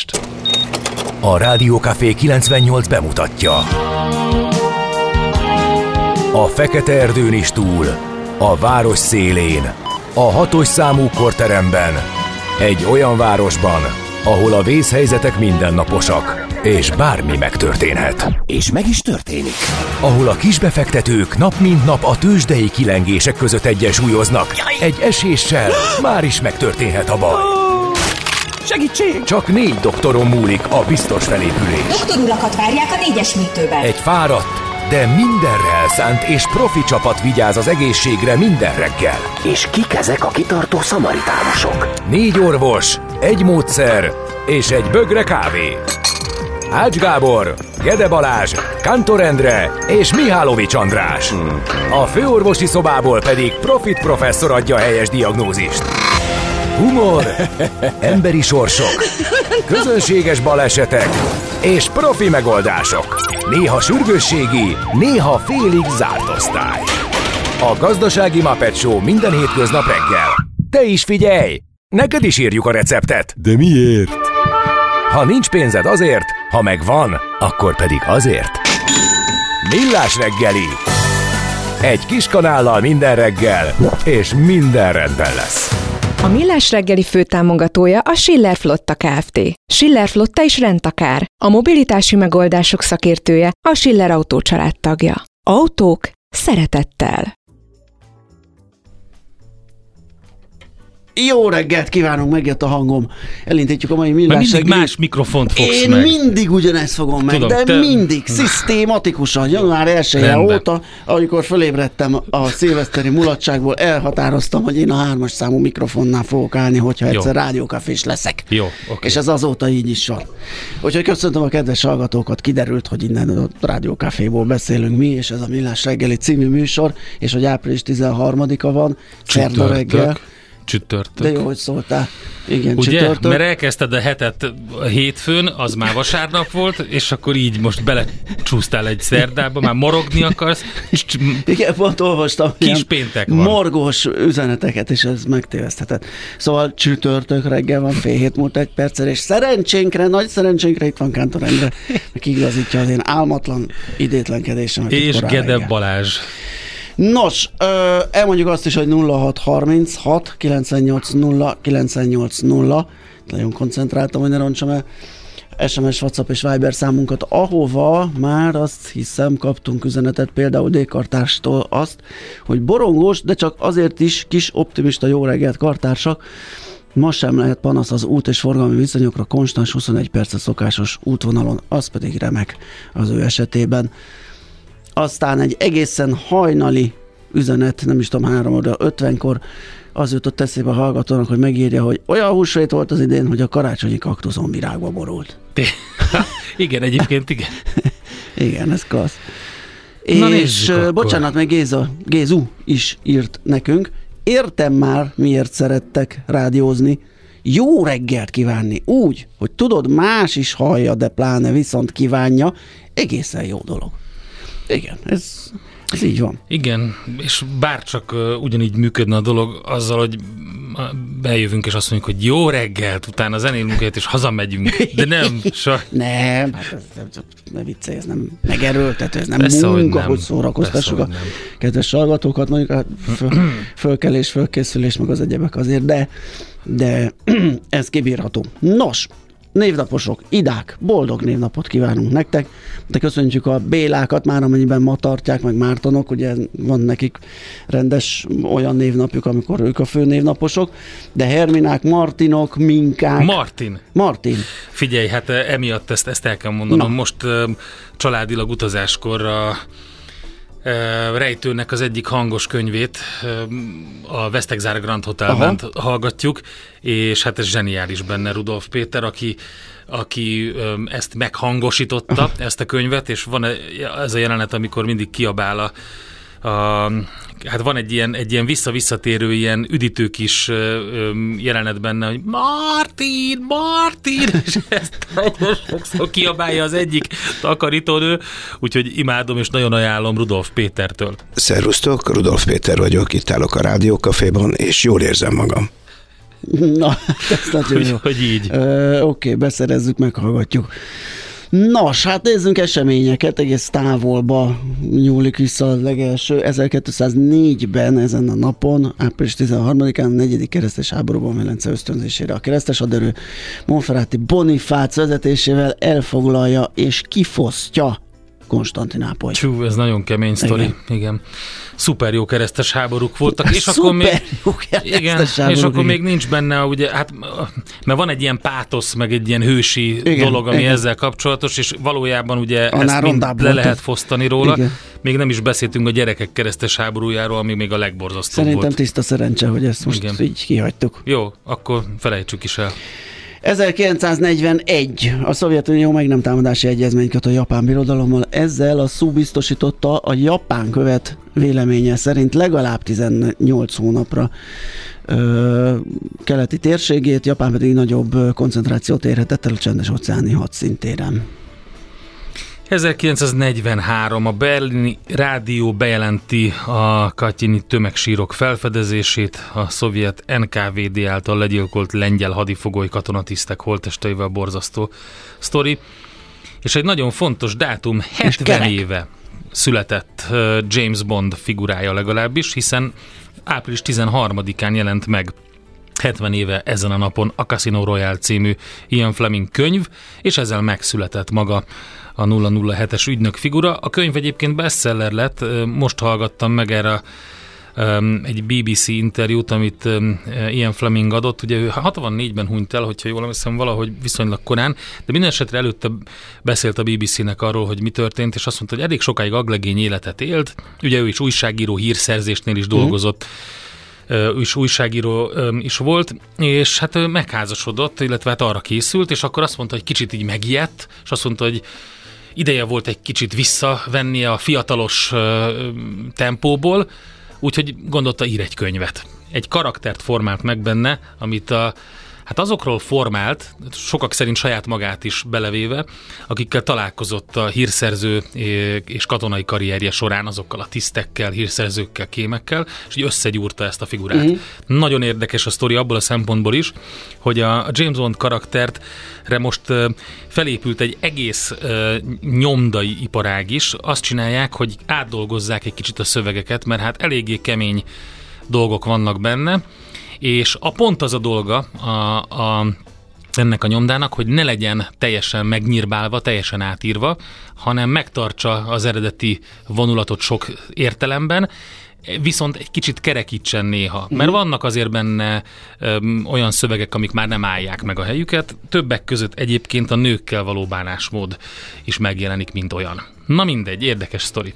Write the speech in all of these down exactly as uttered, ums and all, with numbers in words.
közlekedést. A Rádió Café kilencvennyolc bemutatja. A fekete erdőn is túl, a város szélén, a hatos számú korteremben, egy olyan városban, ahol a vészhelyzetek mindennaposak, és bármi megtörténhet. És meg is történik. Ahol a kisbefektetők nap mint nap a tőzsdei kilengések között egyensúlyoznak. Egy eséssel már is megtörténhet a baj. Segítség! Csak négy doktoron múlik a biztos felépülés. Doktorulakat várják a négyes műtőben. Egy fáradt, de mindenre elszánt és profi csapat vigyáz az egészségre minden reggel. És kik ezek a kitartó szamaritánusok? Négy orvos, egy módszer és egy bögre kávé. Ács Gábor, Gede Balázs, Kántor Endre és Mihálovics András. A főorvosi szobából pedig Profit professzor adja a helyes diagnózist. Humor, emberi sorsok, közönséges balesetek és profi megoldások. Néha sürgősségi, néha félig zárt osztály. A Gazdasági Muppet Show minden hétköznap reggel. Te is figyelj! Neked is írjuk a receptet. De miért? Ha nincs pénzed azért, ha megvan, akkor pedig azért. Millás reggeli. Egy kis kanállal minden reggel, és minden rendben lesz. A Millás reggeli főtámogatója a Schiller Flotta Kft. Schiller Flotta is rendtakár. A mobilitási megoldások szakértője, a Schiller Autó család tagja. Autók szeretettel. Jó reggelt kívánunk, megjött a hangom. Elindítjuk a mai Millás mindig reggeli. más mikrofont fogsz Én meg. mindig ugyanezt fogom meg, Tudom, de te... mindig, szisztématikusan, január elseje óta, amikor fölébredtem a szilveszteri mulatságból, elhatároztam, hogy én a hármas számú mikrofonnál fogok állni, hogyha Jó. egyszer rádiókafés leszek. Jó, oké. És ez azóta így is van. Úgyhogy köszöntöm a kedves hallgatókat, kiderült, hogy innen a rádiókaféból beszélünk mi, és ez a Millás reggeli című műsor, és hogy április tizenharmadika van, szerda reggel. Csütörtök. De jó, hogy szóltál. Igen, ugye? csütörtök. Mert elkezdted a hetet a hétfőn, az már vasárnap volt, és akkor így most belecsúsztál egy szerdába, már morogni akarsz. Igen, pont olvastam. Kis péntek van. Morgós üzeneteket, és ez megtéveszthetett. Szóval csütörtök reggel van, fél hét múlt egy perccel, és szerencsénkre, nagy szerencsénkre itt van Kántor Endre, aki igazítja az én álmatlan idétlenkedésemet. És Gede Balázs. Nos, ö, elmondjuk azt is, hogy nulla hat harminchat kilencvennyolc nulla kilencvennyolc nulla. Nagyon koncentráltam, hogy ne roncsam el es em es, WhatsApp és Viber számunkat, ahova már azt hiszem kaptunk üzenetet, például D-kartárstól azt, hogy borongós, de csak azért is kis optimista jó reggelt, kartársak. Ma sem lehet panasz az út és forgalmi viszonyokra, konstans huszonegy perc a szokásos útvonalon, az pedig remek az ő esetében. Aztán egy egészen hajnali üzenet, nem is tudom, három óra ötvenkor az jutott eszébe a hallgatónak, hogy megírja, hogy olyan húsvét volt az idén, hogy a karácsonyi kaktuszon virágba borult. Igen, egyébként igen. Igen, ez klassz. Na, és akkor. Bocsánat, meg Géza, Gézu is írt nekünk. Értem már, miért szerettek rádiózni. Jó reggelt kívánni úgy, hogy tudod, más is hallja, de pláne viszont kívánja. Egészen jó dolog. Igen, ez, ez így van. Igen, és bárcsak uh, ugyanígy működne a dolog azzal, hogy bejövünk és azt mondjuk, hogy jó reggelt, utána zenélünk egyet és hazamegyünk, de nem. Sa... nem, hát ez, ez, ne viccelj, ez nem megerőltető, ez nem Persze, munka, hogy, hogy szórakoztassuk a nem. kedves hallgatókat, mondjuk a föl, fölkelés, fölkészülés, meg az egyebek azért, de, de ez kibírható. Nos, névnaposok, idák, boldog névnapot kívánunk nektek, de köszöntjük a Bélákat már, amennyiben ma tartják, meg Mártonok, ugye van nekik rendes olyan névnapjuk, amikor ők a fő névnaposok, de Herminák, Martinok, Minkák. Martin. Martin. Figyelj, hát emiatt ezt, ezt el kell mondanom. Na. Most uh, családilag utazáskor a uh, Rejtőnek az egyik hangos könyvét, uh, a Vesztegzár Grand Hotelben hallgatjuk, és hát ez zseniális benne Rudolf Péter, aki aki um, ezt meghangosította, Aha. ezt a könyvet, és van ez a jelenet, amikor mindig kiabál a, a hát van egy ilyen, egy ilyen vissza-visszatérő, ilyen üdítő kis um, jelenet benne, hogy Martin, Martin, és ezt nagyon sokszor kiabálja az egyik takarítónő, úgyhogy imádom, és nagyon ajánlom Rudolf Pétertől. Szervusztok, Rudolf Péter vagyok, itt állok a Rádiókaféban, és jól érzem magam. Na, ez nagyon jó. Hogy így. Oké, okay, beszerezzük, meghallgatjuk. Nos, hát nézzünk eseményeket, egész távolba nyúlik vissza a legelső. ezerkétszáznégyben ezen a napon, április tizenharmadikán a negyedik keresztes háborúban Velence ösztönzésére a keresztes haderő Monferrati Bonifác vezetésével elfoglalja és kifosztja Konstantinápolyt. Csú, ez nagyon kemény sztori. Igen. igen. Szuper jó keresztes háborúk voltak, és Szuper akkor még jó keresztes igen, háborúk, és akkor igen. még nincs benne, ugye, hát, mert van egy ilyen pátosz, meg egy ilyen hősi igen, dolog, ami igen. ezzel kapcsolatos, és valójában ugye Annál ezt mind le volt. lehet fosztani róla. Igen. Még nem is beszéltünk a gyerekek keresztes háborújáról, ami még a legborzasztóbb Szerintem volt. tiszta szerencse, hogy ezt most igen. így kihagytuk. Jó, akkor felejtsük is el. ezerkilencszáznegyvenegy a Szovjetunió meg nem támadási egyezményt köt a japán birodalommal. Ezzel a szó biztosította a japán követ véleménye szerint legalább tizennyolc hónapra ö, keleti térségét, Japán pedig nagyobb koncentrációt érhetett el a csendes-óceáni hadszintéren. ezerkilencszáznegyvenhárom a berlini rádió bejelenti a katyini tömegsírok felfedezését, a szovjet en ká vé dé által legyilkolt lengyel hadifogoly katonatisztek holttesteivel, borzasztó sztori. És egy nagyon fontos dátum, hetven éve született James Bond figurája legalábbis, hiszen április tizenharmadikán jelent meg hetven éve ezen a napon a Casino Royale című Ian Fleming könyv, és ezzel megszületett maga a nulla nulla hetes ügynök figura. A könyv egyébként bestseller lett, most hallgattam meg erre um, egy bé bé cé interjút, amit um, Ian Fleming adott. Ugye ő hatvannégyben hunyt el, hogyha jól emlékszem, valahogy viszonylag korán, de minden esetre előtte beszélt a bé bé cének arról, hogy mi történt, és azt mondta, hogy elég sokáig aglegény életet élt. Ugye ő is újságíró, hírszerzésnél is dolgozott, ő is újságíró is volt, és hát megházasodott, illetve hát arra készült, és akkor azt mondta, hogy kicsit így megijedt, és azt mondta, hogy ideje volt egy kicsit visszavennie a fiatalos tempóból, úgyhogy gondolta, ír egy könyvet. Egy karaktert formált meg benne, amit a Hát azokról formált, sokak szerint saját magát is belevéve, akikkel találkozott a hírszerző és katonai karrierje során, azokkal a tisztekkel, hírszerzőkkel, kémekkel, és így összegyúrta ezt a figurát. Mm. Nagyon érdekes a sztori abból a szempontból is, hogy a James Bond karaktertre most felépült egy egész nyomdai iparág is. Azt csinálják, hogy átdolgozzák egy kicsit a szövegeket, mert hát eléggé kemény dolgok vannak benne, és a pont az a dolga a, a, ennek a nyomdának, hogy ne legyen teljesen megnyírbálva, teljesen átírva, hanem megtartsa az eredeti vonulatot sok értelemben, viszont egy kicsit kerekítsen néha. Mert vannak azért benne öm, olyan szövegek, amik már nem állják meg a helyüket, többek között egyébként a nőkkel való bánásmód is megjelenik, mint olyan. Na mindegy, érdekes sztori.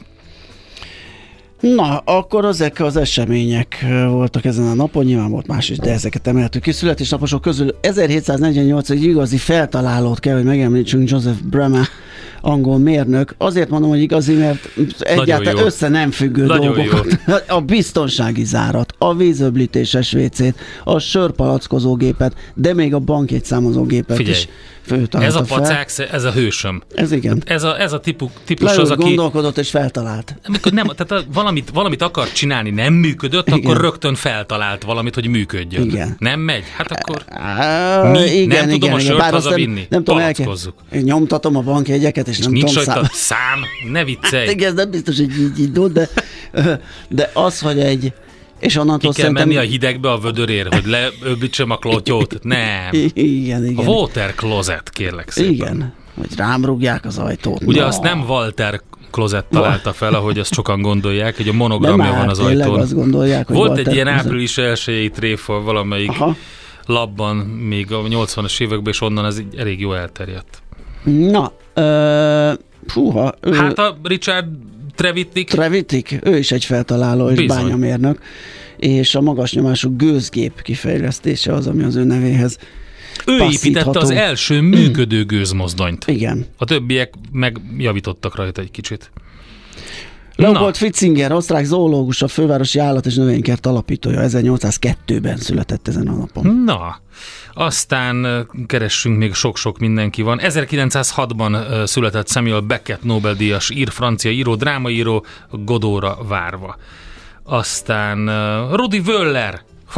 Na, akkor ezek az események voltak ezen a napon, nyilván volt más is, de ezeket emeltük ki. Születésnaposok közül ezerhétszáznegyvennyolc egy igazi feltalálót kell, hogy megemlítsünk, Joseph Bremer, angol mérnök. Azért mondom, hogy igazi, mert egyáltalán össze nem függő nagyon dolgokat. Jó. A biztonsági zárat, a vízöblítéses vécét, a sörpalackozógépet, de még a bankjegyszámozógépet Figyelj. is föltalálta. Ez a pacák, ez a hősöm. Ez igen. Ez a, ez a tipu, típus Leül, az, aki... gondolkodott és feltalált. Amikor nem, tehát valamit, valamit akar csinálni, nem működött, igen. Akkor rögtön feltalált valamit, hogy működjön. Igen. Nem megy? Hát akkor uh, mi? Igen, nem tudom igen, a sört hazavinni? Nem, nem tudom, elke- nyomtatom a bankjegyeket, és, és nem nincs tudom szám. szám. Ne viccelj. Hát igen, nem biztos, hogy így indult, de, de az, hogy egy és onnantól ki kell szerintem... menni a hidegbe a vödörér, hogy leöblítsem a klotyót? Nem. Igen, igen. A water closet, kérlek szépen. Igen, hogy rám rúgják az ajtót. Ugye no. azt nem Walter Closet találta fel, ahogy azt sokan gondolják, hogy a monogramja van az ajtón. Azt gondolják, hogy volt Walter egy ilyen Closet. április elsőjei tréfa valamelyik Aha. labban, még a nyolcvanas években, és onnan ez elég jó elterjedt. Na, ö, húha. Ő, hát a Richard Trevithick. Trevithick, ő is egy feltaláló és Bizony. bányamérnök, és a magas nyomású gőzgép kifejlesztése az, ami az ő nevéhez Ő építette az első működő gőzmozdonyt. Igen. A többiek megjavítottak rajta egy kicsit. Leopold Fitzinger, osztrák zoológus, a fővárosi állat- és növénykert alapítója, ezernyolcszázkettőben született ezen a napon. Na, aztán keressünk, még sok-sok mindenki van. ezerkilencszázhatban született Samuel Beckett Nobel-díjas ír-francia író, drámaíró, Godóra várva. Aztán Rudi Völler, ha,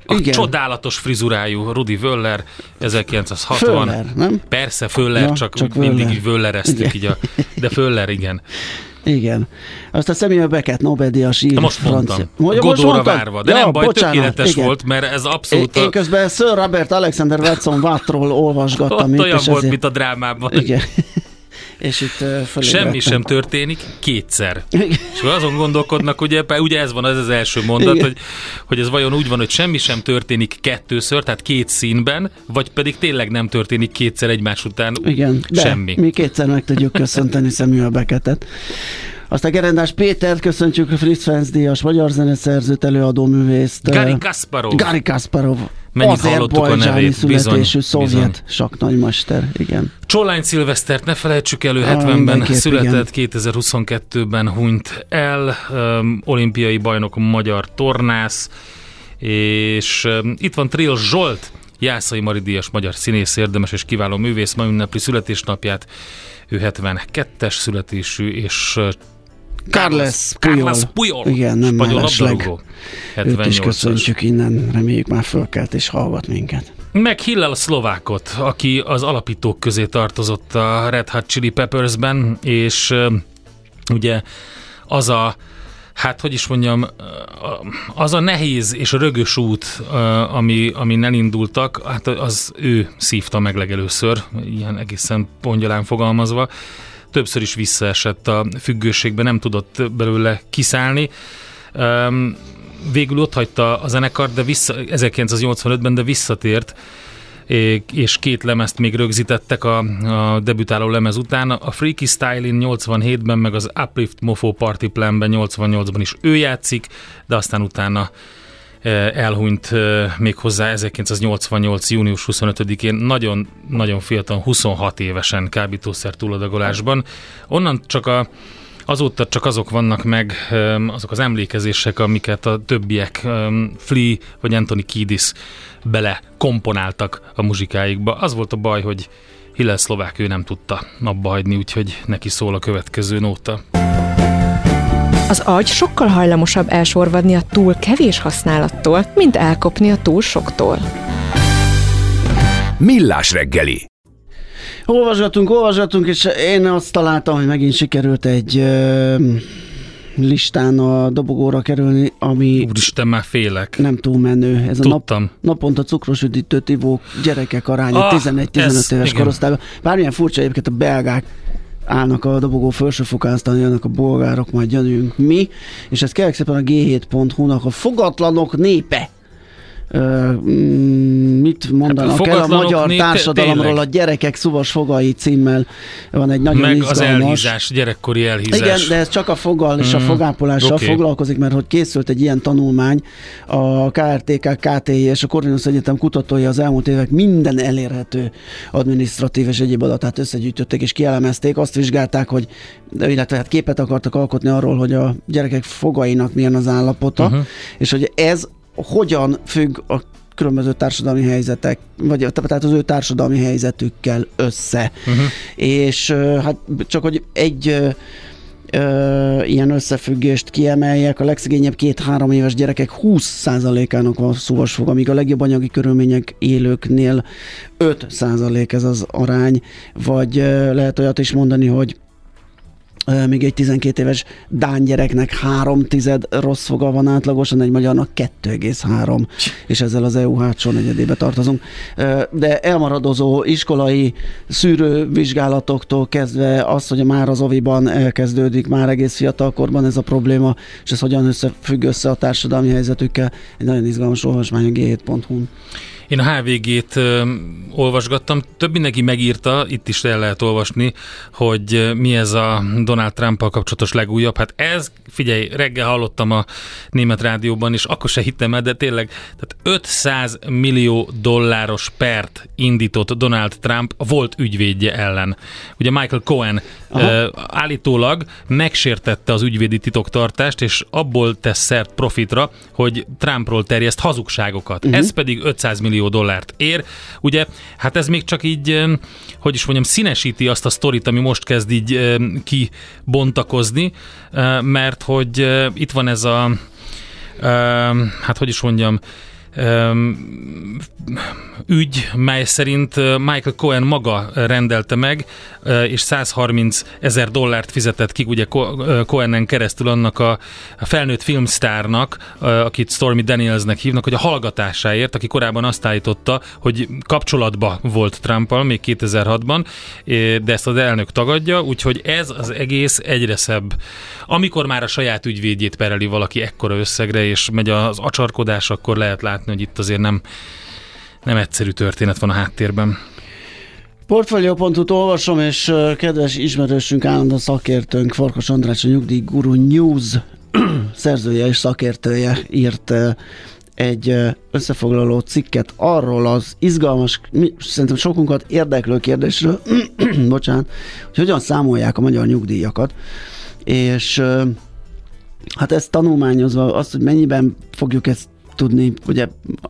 A Igen. csodálatos frizurájú Rudi Völler, ezerkilencszázhatvan. Föller, nem? Persze, Föller, Ja, csak, csak mindig Völler. így Völlereztük, így a, de Föller, igen. Igen. Aztán Samuel Beckett, Nobel-díjas ír. Na most mondtam. francia. Mondja, most Godóra mondtad? várva. De Ja, nem baj, bocsánat, tökéletes igen. volt, mert ez abszolút... Én, a- én közben Sir Robert Alexander Watson Wattról olvasgattam. Ott itt, olyan és volt, ezért- mint a drámában. Igen. És itt uh, fölébredtem. Semmi sem történik kétszer. Igen. És akkor azon gondolkodnak, ugye, ugye ez van, ez az első mondat, Igen. hogy, hogy ez vajon úgy van, hogy semmi sem történik kettőször, tehát két színben, vagy pedig tényleg nem történik kétszer egymás után Igen, de semmi. mi kétszer meg tudjuk köszönteni Samuel Beckettet. Aztán Gerendás Pétert köszöntjük, Fritz Franz díjas magyar zeneszerzőt, előadó művészt. Gary uh, Kasparov. Gary Kasparov. Mennyit hallottuk a nevét, születésű bizony, szovjet bizony. saknagymester, igen. Csollány Szilvesztert ne felejtsük elő, Ah, hetvenben mindenképp, született, igen. kétezer-huszonkettőben hunyt el, um, olimpiai bajnok magyar tornász, és um, itt van Trill Zsolt, Jászai Mari díjas magyar színész, érdemes és kiváló művész, ma ünnepli születésnapját, ő hetvenkettes születésű, és uh, Carles Puyol. Carles Puyol, Igen, nem spanyol mellesleg. labdarúgó, Őt is hetvennyolcas. köszöntjük innen, reméljük már fölkelt és hallgat minket. Meg Hillel Szlovákot, aki az alapítók közé tartozott a Red Hot Chili Peppersben, és uh, ugye az a, hát hogy is mondjam, az a nehéz és rögös út, uh, ami, amin elindultak, hát az ő szívta meg legelőször, ilyen egészen pongyalán fogalmazva. Többször is visszaesett a függőségbe, nem tudott belőle kiszállni. Um, végül ott hagyta a zenekart, de vissza, ezerkilencszáznyolcvanötben, de visszatért, és két lemezt még rögzítettek a, a debütáló lemez után. A Freaky Style-in nyolcvanhétben, meg az Uplift Mofo Party Plan-ben nyolcvannyolcban is ő játszik, de aztán utána elhunyt méghozzá ezerkilencszáznyolcvannyolc. június huszonötödikén nagyon-nagyon fiatal, huszonhat évesen kábítószer túladagolásban. Onnan csak a Azóta csak azok vannak meg, azok az emlékezések, amiket a többiek, Flea vagy Anthony Kiedis bele komponáltak a muzsikáikba. Az volt a baj, hogy Hillel Szlovák ő nem tudta abba hagyni, úgyhogy neki szól a következő nóta. Az agy sokkal hajlamosabb elsorvadni a túl kevés használattól, mint elkopni a túl soktól. Millás reggeli. Olvasgatunk, olvasgatunk, és én azt találtam, hogy megint sikerült egy ö, listán a dobogóra kerülni, ami Úristen, már félek. nem túl menő. Ez a nap, naponta cukros üdítőt ivó gyerekek aránya ah, tizenegy-tizenöt éves igen. korosztályban. Bármilyen furcsa, egyébként a belgák állnak a dobogó felső fokán, aztán jönnek a bolgárok, majd jönünk mi, és ez kérlek szépen a gé hét pont hu-nak a fogatlanok népe. Uh, mit mondanak hát el a magyar népe, társadalomról, tényleg. a gyerekek szuvas fogai címmel van egy nagyon meg izgalmas. az elhízás, gyerekkori elhízás. Igen, de ez csak a foggal és mm, a fogápolással okay. foglalkozik, mert hogy készült egy ilyen tanulmány, a ká er té ká, ká té i és a Corvinus Egyetem kutatói az elmúlt évek minden elérhető adminisztratív és egyéb adatát összegyűjtötték és kielemezték, azt vizsgálták, hogy illetve hát képet akartak alkotni arról, hogy a gyerekek fogainak milyen az állapota, uh-huh. és hogy ez hogyan függ a különböző társadalmi helyzetek, vagy tehát az ő társadalmi helyzetükkel össze. Uh-huh. És hát csak hogy egy ö, ilyen összefüggést kiemeljek, a legszegényebb két-három éves gyerekek húsz százalékának van szúvasfoga, míg a legjobb anyagi körülmények élőknél öt százalék ez az arány, vagy ö, lehet olyat is mondani, hogy még egy tizenkét éves dán gyereknek három tized rossz foga van átlagosan, egy magyarnak kettő egész három, és ezzel az é u hátsó negyedébe tartozunk. De elmaradozó iskolai szűrővizsgálatoktól kezdve az, hogy már az oviban elkezdődik, már egész fiatalkorban ez a probléma, és ez hogyan összefügg össze a társadalmi helyzetükkel, egy nagyon izgalmas olvasmány a gé hét pont hu-n. Én a há vé gét ö, olvasgattam, több mindenki megírta, itt is el lehet olvasni, hogy mi ez a Donald Trump-al kapcsolatos legújabb. Hát ez, figyelj, reggel hallottam a német rádióban, és akkor se hittem el, de tényleg, tehát ötszáz millió dolláros pert indított Donald Trump a volt ügyvédje ellen. Ugye Michael Cohen ö, állítólag megsértette az ügyvédi titoktartást, és abból tesz szert profitra, hogy Trumpról terjeszt hazugságokat. Uh-huh. Ez pedig ötszáz millió dollárt ér. Ugye, hát ez még csak így, hogy is mondjam, színesíti azt a sztorit, ami most kezd így kibontakozni, mert hogy itt van ez a, hát hogy is mondjam, ügy, mely szerint Michael Cohen maga rendelte meg, és százharminc ezer dollárt fizetett ki ugye Cohenen keresztül annak a felnőtt filmsztárnak, akit Stormy Danielsnek hívnak, hogy a hallgatásáért, aki korábban azt állította, hogy kapcsolatba volt Trumpal még kétezer-hatban, de ezt az elnök tagadja, úgyhogy ez az egész egyre szebb. Amikor már a saját ügyvédjét pereli valaki ekkora összegre, és megy az acsarkodás, akkor lehet látni, hogy itt azért nem, nem egyszerű történet van a háttérben. Portfolio pont hu-t olvasom, és kedves ismerősünk, állandó szakértőnk, Farkas András, a Nyugdíj Guru News szerzője és szakértője írt egy összefoglaló cikket arról az izgalmas, szerintem sokunkat érdeklő kérdésről, bocsánat, hogy hogyan számolják a magyar nyugdíjakat, és hát ezt tanulmányozva azt, hogy mennyiben fogjuk ezt tudni, ugye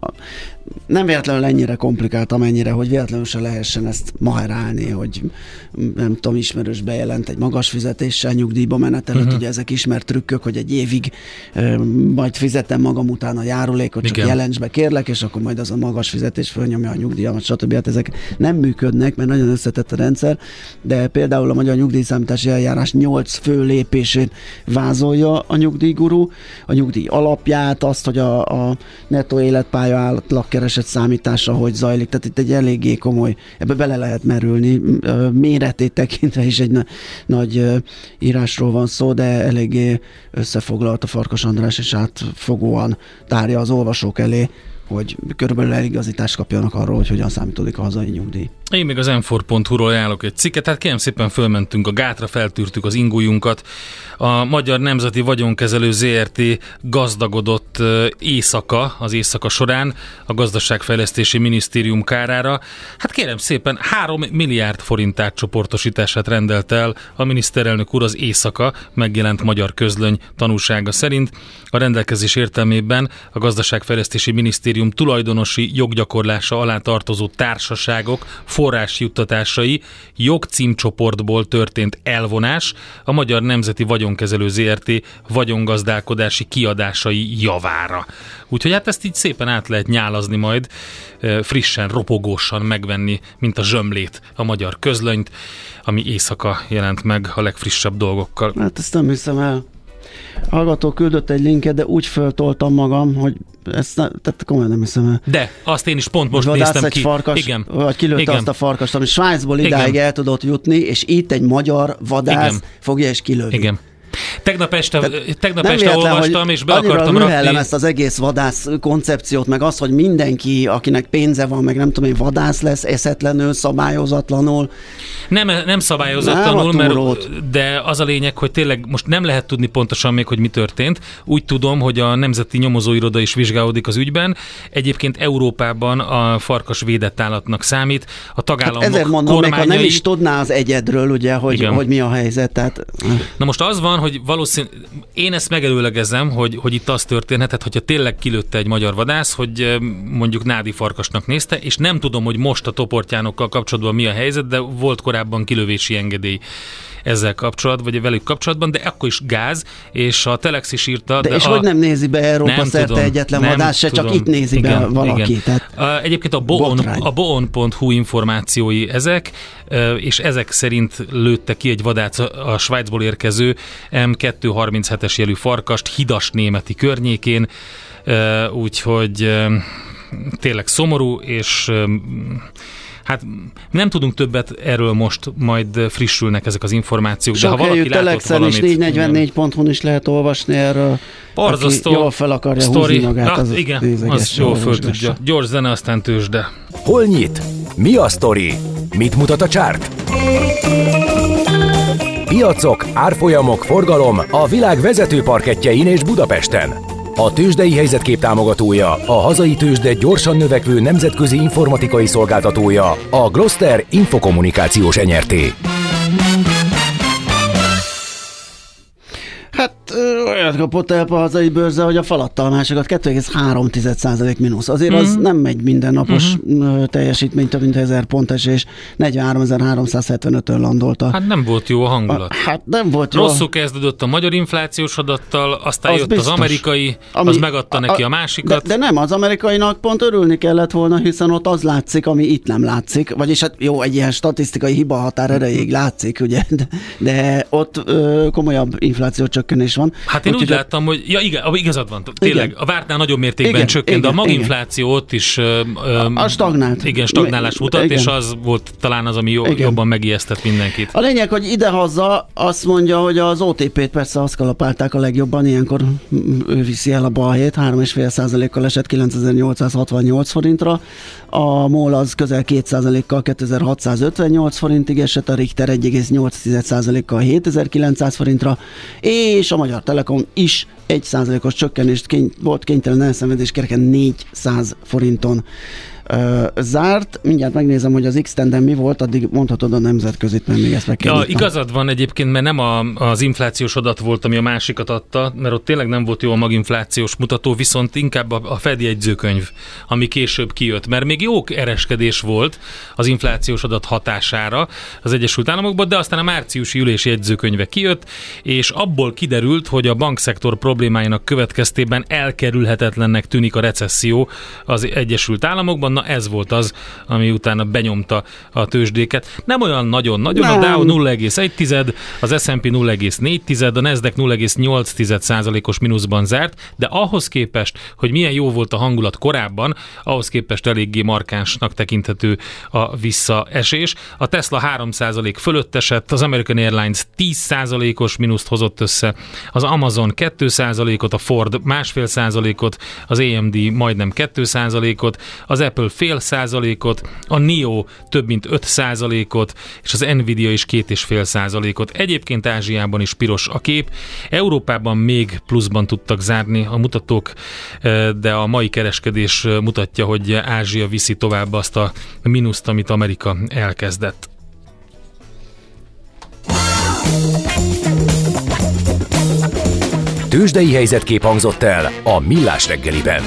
nem véletlenül ennyire komplikált, amennyire, hogy véletlenül se lehessen ezt maherálni, hogy nem tudom, ismerős bejelent egy magas fizetéssel nyugdíjba menet előtt, uh-huh. ugye ezek ismert trükkök, hogy egy évig e, majd fizetem magam után a járulékot, csak Igen. jelents be kérlek, és akkor majd az a magas fizetés fölnyomja a nyugdíjamat, stb. Hát ezek nem működnek, mert nagyon összetett a rendszer, de például a magyar nyugdíjszámítási eljárás nyolc fő lépését vázolja a nyugdíjguru, a nyugdíj alapját, azt, hogy a, a nettó életpálya átlagkereset számítása hogy zajlik, tehát itt egy eléggé komoly, ebbe bele lehet merülni, méretét tekintve is egy na- nagy írásról van szó, de eléggé összefoglalt a Farkas András, és átfogóan tárja az olvasók elé, hogy körülbelül eligazítást kapjanak arról, hogy hogyan számítódik a hazai nyugdíj. Én még az em négy pont hu-ról ajánlok egy cikket, tehát kérem szépen fölmentünk a gátra, feltűrtük az ingójunkat. A Magyar Nemzeti Vagyonkezelő zé er té gazdagodott éjszaka, az éjszaka során a Gazdaságfejlesztési Minisztérium kárára. Hát kérem szépen, három milliárd forint átcsoportosítását rendelt el a miniszterelnök úr az éjszaka megjelent Magyar Közlöny tanúsága szerint. A rendelkezés értelmében a Gazdaságfejlesztési Minisztérium tulajdonosi joggyakorlása alá tartozó társaságok forrásjuttatásai jogcímcsoportból történt elvonás a Magyar Nemzeti Vagyonkezelő zé er té vagyongazdálkodási kiadásai javára. Úgyhogy hát ezt így szépen át lehet nyálazni majd, frissen, ropogósan megvenni, mint a zsömlét a Magyar Közlönyt, ami éjszaka jelent meg a legfrissebb dolgokkal. Hát ezt nem hiszem el. Hallgató küldött egy linket, de úgy föltoltam magam, hogy ezt ne, tehát komolyan nem hiszem el. De azt én is pont most néztem egy ki. Farkas, Igen. Vagy kilőtte Igen. azt a farkast, ami Svájcból idáig el tudott jutni, és itt egy magyar vadász Igen. fogja és kilőni. Igen. Tegnap este, tegnap nem este véletlen, olvastam, és be akartam rakni. ezt az egész vadász koncepciót, meg az, hogy mindenki, akinek pénze van, meg nem tudom én, vadász lesz, eszetlenül, szabályozatlanul. Nem, nem szabályozatlanul, mert, de az a lényeg, hogy tényleg most nem lehet tudni pontosan még, hogy mi történt. Úgy tudom, hogy a Nemzeti Nyomozóiroda is vizsgálódik az ügyben. Egyébként Európában a farkas védett állatnak számít. A tagállamok hát ezért mondom, kormányai... még ha nem is tudná az egyedről, ugye, hogy, hogy mi a helyzet. Tehát... Na most az van, hogy valószínűleg én ezt megelőlegezem, hogy, hogy itt az történhetett, hogyha tényleg kilőtte egy magyar vadász, hogy mondjuk nádi farkasnak nézte, és nem tudom, hogy most a toportjánokkal kapcsolatban mi a helyzet, de volt korábban kilövési engedély ezzel kapcsolatban, vagy velük kapcsolatban, de akkor is gáz, és a Telex is írta. De, de és a... hogy nem nézi be Európa nem szerte tudom, egyetlen vadász se, csak itt nézi igen, be valaki. Igen. Tehát a, egyébként a boon, a boon pont hu információi ezek, és ezek szerint lőtte ki egy vadász a Svájcból érkező em kétszázharminchetes jelű farkast Hidas Németi környékén, úgyhogy tényleg szomorú, és hát nem tudunk többet erről most, majd frissülnek ezek az információk. Sok de ha valaki látott valamit... és négy negyvennégy pont hu-n is lehet olvasni erről. Parzasztó jól fel akarja sztori. húzni magát. Ah, az igen, az jól föl tudja. Gyors zene, aztán tőzsde. Hol nyit? Mi a sztori? Mit mutat a csárt? Piacok, árfolyamok, forgalom a világ vezető parkettjein és Budapesten. A tőzsdei helyzetkép támogatója, a hazai tőzsde gyorsan növekvő nemzetközi informatikai szolgáltatója, a Gloster Infokommunikációs Enyerté. Hát olyan olyat kapott el a hazai bőrze, hogy a faladta a másikat, kettő egész három százalék mínusz. Azért mm. az nem megy mindennapos mm. teljesítmény, több mint ezer pont esés, negyvenháromezer-háromszázhetvenötön landolta. Hát nem volt jó a hangulat. A, hát nem volt jó. Rosszul kezdődött a magyar inflációs adattal, aztán az jött biztos. Az amerikai, ami, az megadta a, neki a másikat. De, de nem, az amerikainak pont örülni kellett volna, hiszen ott az látszik, ami itt nem látszik. Vagyis hát jó, egy ilyen statisztikai hiba határ erejéig látszik, ugye, de, de ott ö, komolyabb infláció csökkenés van. Hát én úgy, úgy láttam, hogy ja, igen, igazad van, tényleg, igen. A vártnál nagyobb mértékben igen, csökkent, igen, de a maginfláció ott is ö, a, a stagnált. Igen, stagnálás mutat, igen. És az volt talán az, ami jó, jobban megijesztett mindenkit. A lényeg, hogy idehaza azt mondja, hogy az o té pét persze azt kalapálták a legjobban, ilyenkor ő viszi el a balhét, három egész öt százalékkal esett kilencezer-nyolcszázhatvannyolc forintra, a MOL az közel két százalékkal kétezer-hatszázötvennyolc forintig esett, a Richter egy egész nyolc százalékkal hétezer-kilencszáz forintra, és a Magyar Telekom is egy százalékos csökkenést kény, volt kénytelen elszenvedés, kereken négyszáz forinton uh, zárt. Mindjárt megnézem, hogy az X-tenden mi volt, addig mondhatod a nemzetközit, mert még ezt meg kell. Ja, igazad van egyébként, mert nem a, az inflációs adat volt, ami a másikat adta, mert ott tényleg nem volt jó a maginflációs mutató, viszont inkább a, a Fed jegyzőkönyv, ami később kijött, mert még jó ereskedés volt az inflációs adat hatására az Egyesült Államokban, de aztán a márciusi ülési jegyzőkönyve kijött, és abból kiderült, hogy a bankszektor problémáinak következtében elkerülhetetlennek tűnik a recesszió az Egyesült Államokban. Na ez volt az, ami utána benyomta a tőzsdéket. Nem olyan nagyon-nagyon, a Dow nulla egész egy, az es and pé nulla egész négy, a Nasdaq nulla egész nyolc százalékos mínuszban zárt, de ahhoz képest, hogy milyen jó volt a hangulat korábban, ahhoz képest eléggé markánsnak tekinthető a visszaesés. A Tesla három százalék fölött esett, az American Airlines tíz százalékos mínuszt hozott össze, az Amazon két százalékot, a Ford másfél százalékot, az á em dé majdnem két százalékot, az Apple fél százalékot, a en i o több mint öt százalékot, és az Nvidia is két és fél százalékot. Egyébként Ázsiában is piros a kép. Európában még pluszban tudtak zárni a mutatók, de a mai kereskedés mutatja, hogy Ázsia viszi tovább azt a mínuszt, amit Amerika elkezdett. Tőzsdei helyzetkép hangzott el a Millás reggeliben.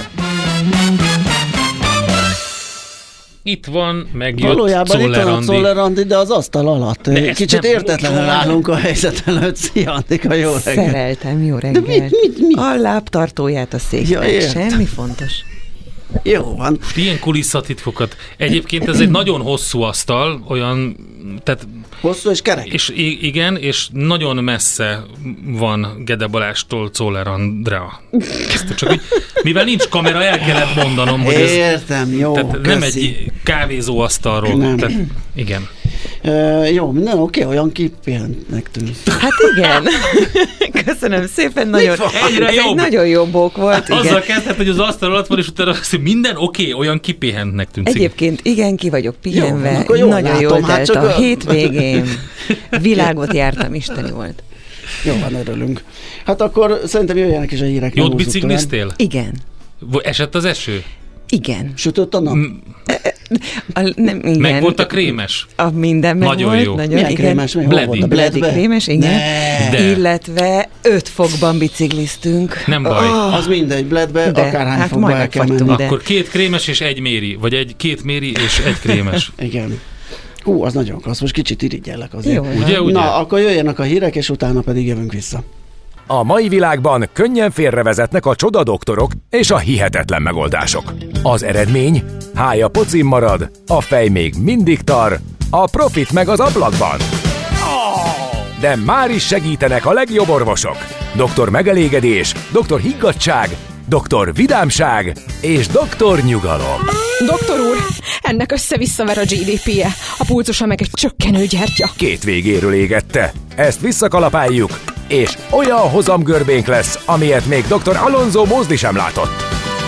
Itt van, megjött Valójában Czoller itt van a Andi. Czoller Andi, de az asztal alatt. Kicsit értetlenül állunk a helyzet előtt. Szia, Annika, jó reggel. Szereltem, jó reggel. De mit, mit, mit? A lábtartóját a széknek, ja, semmi fontos. Jó van. Ilyen kulisszatitkokat. Egyébként ez egy nagyon hosszú asztal, olyan, tehát... Hosszú és kerek. És igen, és nagyon messze van Gede Balástól Czoller Andrea. Csak, hogy, mivel nincs kamera, el kellett mondanom, hogy ez... Értem, jó, tehát nem egy kávézóasztalról. Nem. Tehát, igen. Uh, jó, minden oké, olyan kipihentnek tűnt. Hát igen. Köszönöm szépen, nagyon, Egyre ez jobb. egy nagyon jó bók volt. Hát igen. azzal kezdhet, hogy az asztal alatt van, és utána azt mondja, minden oké, okay, olyan kipihentnek tűnt. Egyébként igen, ki vagyok pihenve, jó, nagyon látom, jól hát telt a a... hétvégén, világot jártam, isteni volt. Jó, van, örülünk. Hát akkor szerintem jöjjenek is a hírek. Jót bicikliztél? Igen. Esett az eső? Igen. Sütött a nap? A, nem, igen. Meg volt a krémes? A minden meg nagyon volt. Jó. Nagyon Milyen igen. krémes? Mi Bledi. volt a Bledi krémes, igen. De. Illetve öt fokban bicikliztünk. Nem baj. Oh, Az mindegy, Bledbe, de, akárhány hát fokba el kell menni. de. Akkor két krémes és egy méri, vagy egy két méri és egy krémes. Igen. Hú, az nagyon klassz, most kicsit irigyellek azért. Jó, ugye, ugye? Na, akkor jöjjenek a hírek, és utána pedig jövünk vissza. A mai világban könnyen félrevezetnek a csodadoktorok és a hihetetlen megoldások. Az eredmény? Hája pocim marad, a fej még mindig tar, a profit meg az ablakban. De már is segítenek a legjobb orvosok. doktor Megelégedés, doktor Higgadtság, doktor Vidámság és doktor Nyugalom. Doktor úr, ennek össze-visszaver a gé dé pé-je, a pulzusa meg egy csökkenő gyertya. Két végéről égette. Ezt visszakalapáljuk, és olyan hozamgörbénk lesz, amilyet még doktor Alonso Mózdi sem látott.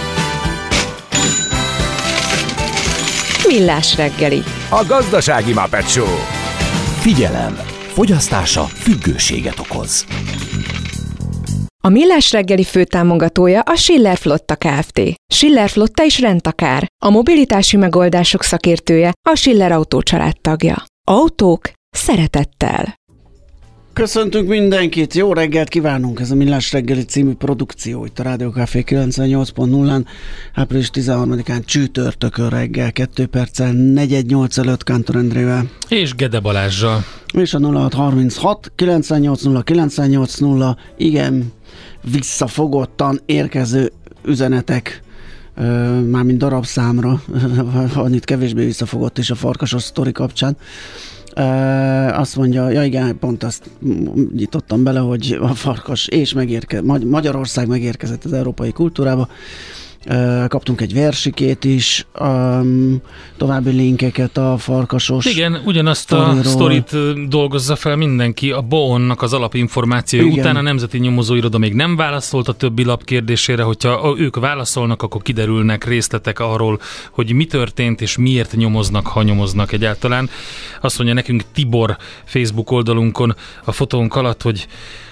Millás reggeli. A gazdasági Muppet Show. Figyelem! Fogyasztása függőséget okoz. A Millás reggeli főtámogatója a Schiller Flotta Kft. Schiller Flotta és Rendtakár. A mobilitási megoldások szakértője, a Schiller Autó család tagja. Autók szeretettel. Köszöntünk mindenkit, jó reggelt kívánunk! Ez a Millás reggeli című produkció itt a Rádió Café kilencvennyolc pont nullán, április tizenharmadikán csütörtökön reggel, kettő perccel negyven nyolc előtt Kántor Endrével. És Gede Balázsral. És a nulla hat harminchat kilencvennyolc nulla kilencvennyolc nulla, igen, visszafogottan érkező üzenetek, mármint darabszámra, annyit kevésbé visszafogott is a farkasos sztori kapcsán. Uh, azt mondja, ja igen, pont azt nyitottam bele, hogy a farkas és megérke, Magyarország megérkezett az európai kultúrába. Uh, kaptunk egy versikét is, um, további linkeket a farkasos. Igen, ugyanazt sztoriról. A sztorit dolgozza fel mindenki, a bé o en-nak az alapinformációi után a Nemzeti Nyomozóiroda még nem válaszolt a többi lap kérdésére, hogyha ők válaszolnak, akkor kiderülnek részletek arról, hogy mi történt és miért nyomoznak, ha nyomoznak egyáltalán. Azt mondja nekünk Tibor Facebook oldalunkon a fotónk alatt, hogy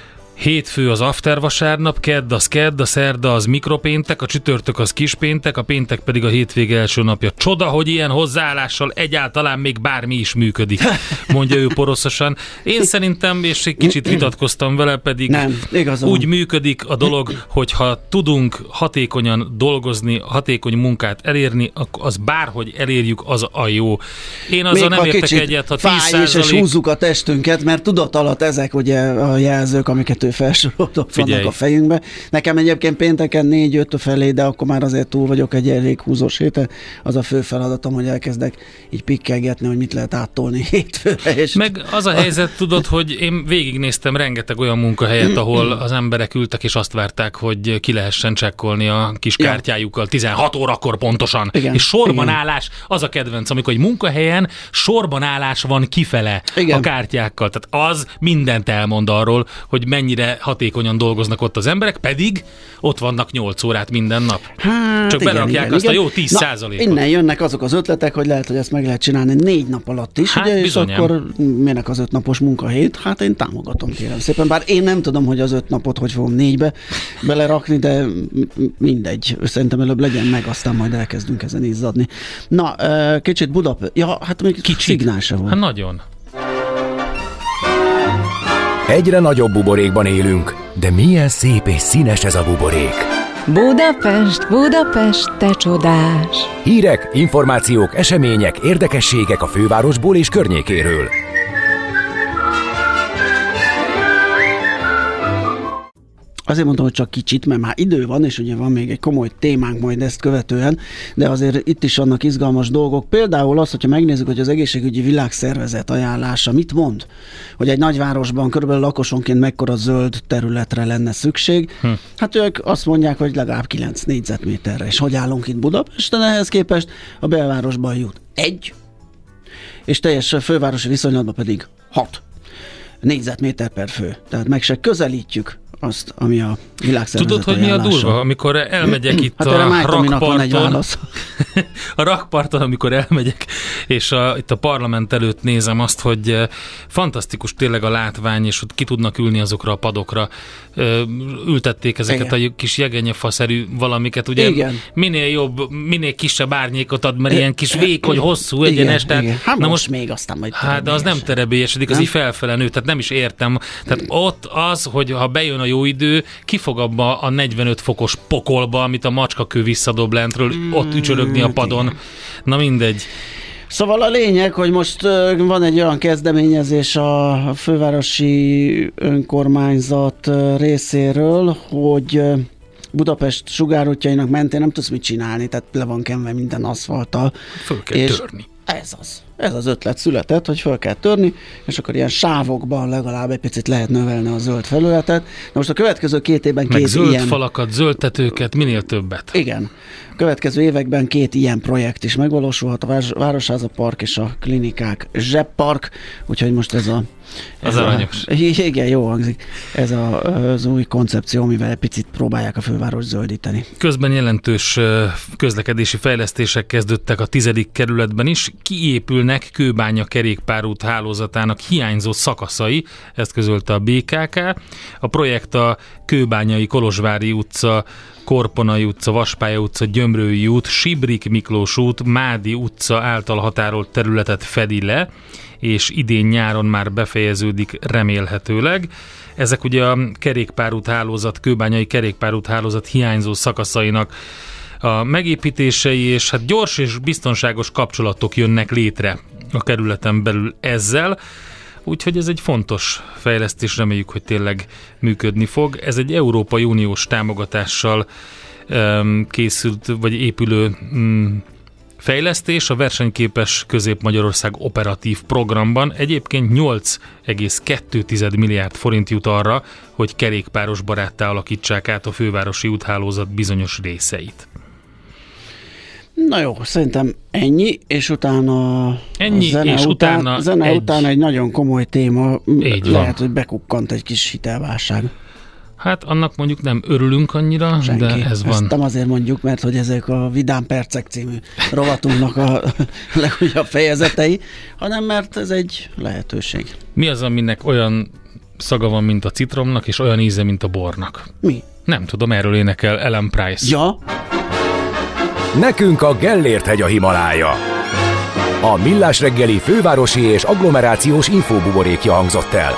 hétfő az after vasárnap, kedd az kedd, a szerda az mikropéntek, a csütörtök az kispéntek, a péntek pedig a hétvége első napja. Csoda, hogy ilyen hozzáállással egyáltalán még bármi is működik, mondja ő poroszosan. Én szerintem, és egy kicsit vitatkoztam vele, pedig nem, úgy működik a dolog, hogyha tudunk hatékonyan dolgozni, hatékony munkát elérni, akkor az bárhogy elérjük, az a jó. Én azzal nem értek egyet, ha tíz százalék... és húzzuk a testünket, mert tudat alatt ezek ugye a jelzők, amiket ő felsorolt, ott vannak a fejünkbe. Nekem egyébként pénteken négy-öt felé, de akkor már azért túl vagyok egy elég húzós héten. Az a fő feladatom, hogy elkezdek így pikkelgetni, hogy mit lehet áttolni hétfőre. És meg az a helyzet, tudod, hogy én végignéztem rengeteg olyan munkahelyet, ahol az emberek ültek és azt várták, hogy ki lehessen csekkolni a kis kártyájukkal tizenhat órakor pontosan. Igen, és sorban igen. állás, az a kedvenc, amikor egy munkahelyen sorban állás van kifele igen. a kártyákkal. Tehát az mindent elmond arról, hogy mennyire hatékonyan dolgoznak ott az emberek, pedig ott vannak nyolc órát minden nap. Hát, csak igen, berakják igen, azt igen. a jó tíz százalékot. Innen jönnek azok az ötletek, hogy lehet, hogy ezt meg lehet csinálni négy nap alatt is, hát, ugye, és akkor minek az öt napos munkahét? Hát én támogatom, kérem szépen. Bár én nem tudom, hogy az öt napot hogy fogom négybe belerakni, de mindegy. Szerintem előbb legyen meg, aztán majd elkezdünk ezen izzadni. Na, kicsit Budapest. Ja, hát még kicsit szignál se volt. Hát nagyon. Egyre nagyobb buborékban élünk, de milyen szép és színes ez a buborék. Budapest, Budapest, te csodás! Hírek, információk, események, érdekességek a fővárosból és környékéről. Azért mondtam, hogy csak kicsit, mert már idő van, és ugye van még egy komoly témánk majd ezt követően, de azért itt is vannak izgalmas dolgok. Például az, hogyha megnézzük, hogy az Egészségügyi Világszervezet ajánlása mit mond, hogy egy nagyvárosban körülbelül lakosonként mekkora zöld területre lenne szükség. Hm. Hát ők azt mondják, hogy legalább kilenc négyzetméterre. És hogy állunk itt Budapesten ehhez képest? A belvárosban jut egy, és teljes fővárosi viszonylatban pedig hat négyzetméter per fő. Tehát meg se közelítjük azt, ami a Világszervezet Tudod, hogy ajánlása. Mi a durva? Amikor elmegyek itt hát a rakparton, a rakparton, amikor elmegyek, és a, itt a parlament előtt nézem azt, hogy fantasztikus tényleg a látvány, és ott ki tudnak ülni azokra a padokra. Ültették ezeket igen. a kis jegenyefaszerű valamiket, ugye igen. minél jobb, minél kisebb árnyékot ad, mert ilyen kis vékony, hosszú, egyenes. Tehát, hát na most, most még aztán majd hát de az nem terebélyesedik, az így felfele nő, tehát nem is értem. Tehát ott az, hogy ha bejön a jó idő, ki fog abba a negyvenöt fokos pokolba, amit a macskakő visszadob lentről, mm, ott ücsörögni a padon. Igen. Na mindegy. Szóval a lényeg, hogy most uh, van egy olyan kezdeményezés a fővárosi önkormányzat uh, részéről, hogy uh, Budapest sugárútjainak mentén nem tudsz mit csinálni, tehát le van kenve minden aszfalttal. Föl kell és törni. Ez az. Ez az ötlet született, hogy föl kell törni, és akkor ilyen sávokban legalább egy picit lehet növelni a zöld felületet. Na most a következő két évben meg két zöld ilyen... falakat, zöld tetőket, minél többet. Igen. A következő években két ilyen projekt is megvalósulhat, a Városháza Park és a Klinikák Zsepppark, úgyhogy most ez a... Ez az aranyos. A, igen, jó hangzik. Ez a, az új koncepció, amivel egy picit próbálják a főváros zöldíteni. Közben jelentős közlekedési fejlesztések kezdődtek a tizedik kerületben is. Kiépülnek Kőbánya kerékpárút hálózatának hiányzó szakaszai, ezt közölte a bé ká ká. A projekt a Kőbányai Kolozsvári utca, Korponai utca, Vaspálya utca, Gyömrői út, Sibrik Miklós út, Mádi utca által határolt területet fedi le, és idén nyáron már befejeződik remélhetőleg. Ezek ugye a kerékpárút hálózat, kőbányai kerékpárút hálózat hiányzó szakaszainak a megépítései, és hát gyors és biztonságos kapcsolatok jönnek létre a kerületen belül ezzel, úgyhogy ez egy fontos fejlesztés, reméljük, hogy tényleg működni fog. Ez egy Európai Uniós támogatással um, készült, vagy épülő um, fejlesztés a Versenyképes Közép-Magyarország operatív programban. Egyébként nyolc egész kettő milliárd forint jut arra, hogy kerékpáros baráttá alakítsák át a fővárosi úthálózat bizonyos részeit. Na jó, szerintem ennyi, és utána ennyi, zene, és után, utána zene egy... után egy nagyon komoly téma. Így Lehet, van. hogy bekukkant egy kis hitelválság. Hát annak mondjuk nem örülünk annyira, Senki. de ez van. Ezt nem azért mondjuk, mert hogy ezek a Vidám Percek című rovatunknak a legújabb fejezetei, hanem mert ez egy lehetőség. Mi az, aminek olyan szaga van, mint a citromnak, és olyan íze, mint a bornak? Mi? Nem tudom, erről énekel Ellen Price. Ja? Nekünk a Gellért-hegy a Himalája. A Millás reggeli fővárosi és agglomerációs infóbuborékja hangzott el.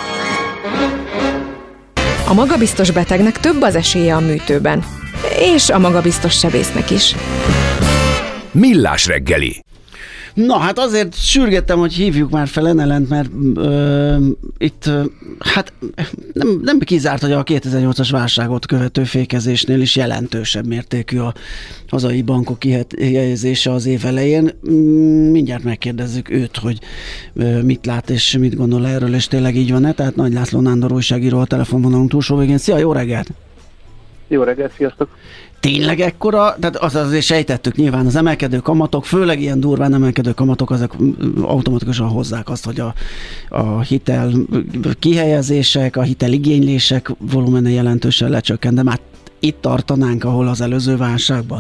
A magabiztos betegnek több az esélye a műtőben. És a magabiztos sebésznek is. Millás reggeli. Na, hát azért sürgettem, hogy hívjuk már fel Enelent, mert ö, itt ö, hát nem, nem kizárt, hogy a kétezer-nyolcas válságot követő fékezésnél is jelentősebb mértékű a hazai bankok kihelyezése az év elején. Mindjárt megkérdezzük őt, hogy ö, mit lát és mit gondol erről, és tényleg így van-e? Tehát Nagy László Nándor újságíró a telefonvonalunk túlsó végén. Szia, jó reggelt! Jó reggelt, sziasztok! Tényleg ekkora, tehát az azért sejtettük nyilván, az emelkedő kamatok, főleg ilyen durván emelkedő kamatok, azok automatikusan hozzák azt, hogy a, a hitel kihelyezések, a hitel igénylések volumene jelentősen lecsökken, de már itt tartanánk, ahol az előző válságban?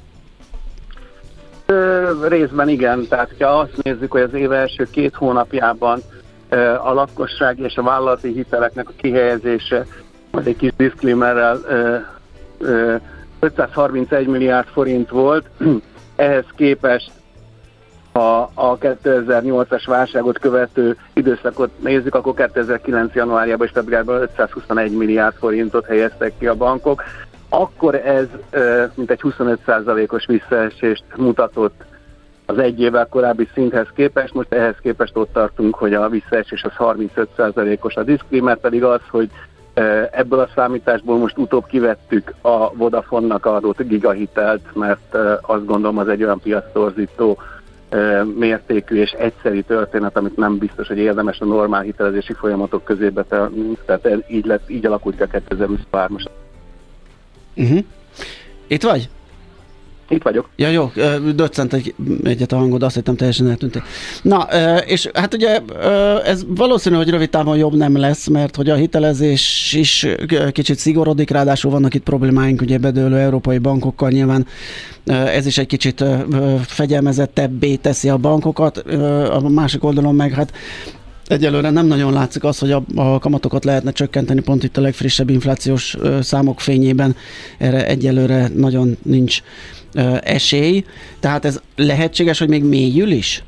Ö, részben igen, tehát ha azt nézzük, hogy az év első két hónapjában ö, a lakossági és a vállalati hiteleknek a kihelyezése, az egy kis diszklémerrel ö, ö, ötszázharmincegy milliárd forint volt, ehhez képest ha a kétezer-nyolcas válságot követő időszakot nézzük, akkor kétezer-kilenc januárjában és februárban ötszázhuszonegy milliárd forintot helyeztek ki a bankok. Akkor ez mintegy huszonöt százalékos visszaesést mutatott az egy évvel korábbi szinthez képest, most ehhez képest ott tartunk, hogy a visszaesés az harmincöt százalékos. A diszklémer pedig az, hogy ebből a számításból most utóbb kivettük a Vodafone-nak adott gigahitelt, mert azt gondolom az egy olyan piactorzító mértékű és egyszeri történet, amit nem biztos, hogy érdemes a normál hitelezési folyamatok közébe tenni. Tehát így, lett, így alakult ki a kétezer-huszonhárom-as. Uh-huh. Itt vagy? Itt vagyok. Ja, jó, döccent egy, egyet a hangod, azt hittem teljesen eltűntél. Na, és hát ugye ez valószínű, hogy rövid távon jobb nem lesz, mert hogy a hitelezés is kicsit szigorodik, ráadásul vannak itt problémáink ugye bedőlő európai bankokkal, nyilván ez is egy kicsit fegyelmezettebbé teszi a bankokat, a másik oldalon meg hát egyelőre nem nagyon látszik az, hogy a, a kamatokat lehetne csökkenteni, pont itt a legfrissebb inflációs számok fényében erre egyelőre nagyon nincs esély. Tehát ez lehetséges, hogy még mélyül is?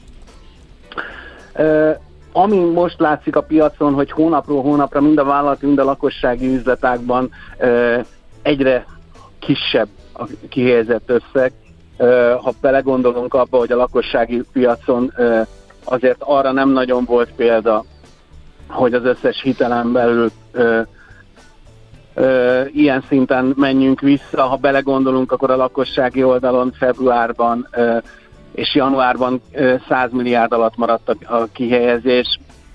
Uh, ami most látszik a piacon, hogy hónapról hónapra mind a vállalati, mind a lakossági üzletákban uh, egyre kisebb a kihelyezett összeg. Uh, ha belegondolunk abba, hogy a lakossági piacon uh, azért arra nem nagyon volt példa, hogy az összes hitelen belül uh, Ö, ilyen szinten menjünk vissza. Ha belegondolunk, akkor a lakossági oldalon februárban ö, és januárban ö, száz milliárd alatt maradt a, a kihelyezés.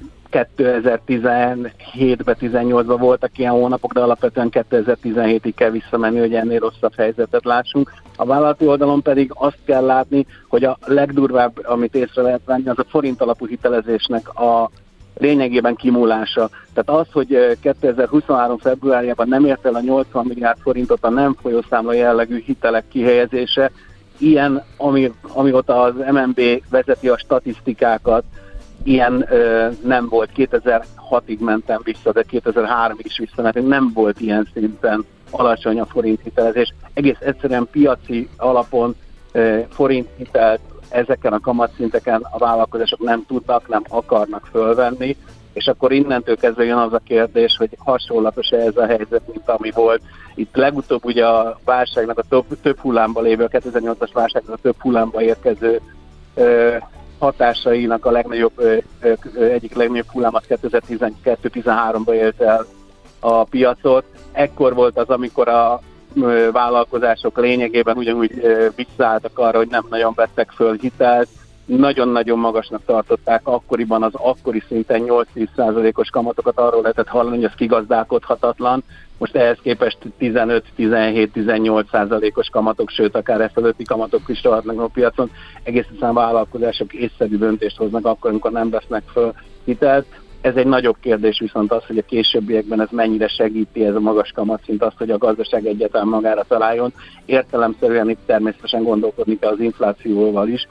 kétezer-tizenhétben, tizennyolcban voltak ilyen hónapok, de alapvetően kétezer-tizenhétig kell visszamenni, hogy ennél rosszabb helyzetet lássunk. A vállalati oldalon pedig azt kell látni, hogy a legdurvább, amit észre lehet venni, az a forint alapú hitelezésnek a lényegében kimúlása. Tehát az, hogy kétezer-huszonhárom februárjában nem ért el a nyolcvan milliárd forintot a nem folyószámla jellegű hitelek kihelyezése, ilyen, ami, amióta az em en bé vezeti a statisztikákat, ilyen ö, nem volt. kétezer-hatig mentem vissza, de kétezer-háromig is visszamentünk, nem volt ilyen szinten alacsony a forint hitelezés. Egész egyszerűen piaci alapon ö, forint hitelt ezeken a kamatszinteken a vállalkozások nem tudnak, nem akarnak fölvenni, és akkor innentől kezdve jön az a kérdés, hogy hasonlatos-e ez a helyzet, mint ami volt. Itt legutóbb ugye a válságnak a több, több hullámba lévő, a kétezer-nyolcas válságnak a több hullámba érkező ö, hatásainak a legnagyobb, ö, ö, egyik legnagyobb hullám az kétezer-tizenkettő-tizenháromban élt el a piacot. Ekkor volt az, amikor a ö, vállalkozások lényegében ugyanúgy ö, visszaálltak arra, hogy nem nagyon vettek föl hitelt, nagyon-nagyon magasnak tartották akkoriban az akkori szinten nyolc-tíz százalékos kamatokat, arról lehetett hallani, hogy ez kigazdálkodhatatlan. Most ehhez képest tizenöt-tizenhét-tizennyolc százalékos kamatok, sőt akár ezt fölötti kamatok is rohadnak a piacon. Egész egyszerűen vállalkozások észszerű döntést hoznak akkor, amikor nem vesznek föl hitelt. Ez egy nagyobb kérdés viszont az, hogy a későbbiekben ez mennyire segíti ez a magas kamatszint azt, hogy a gazdaság egyáltalán magára találjon. Értelemszerűen itt természetesen gondolkodni kell az inflációval is,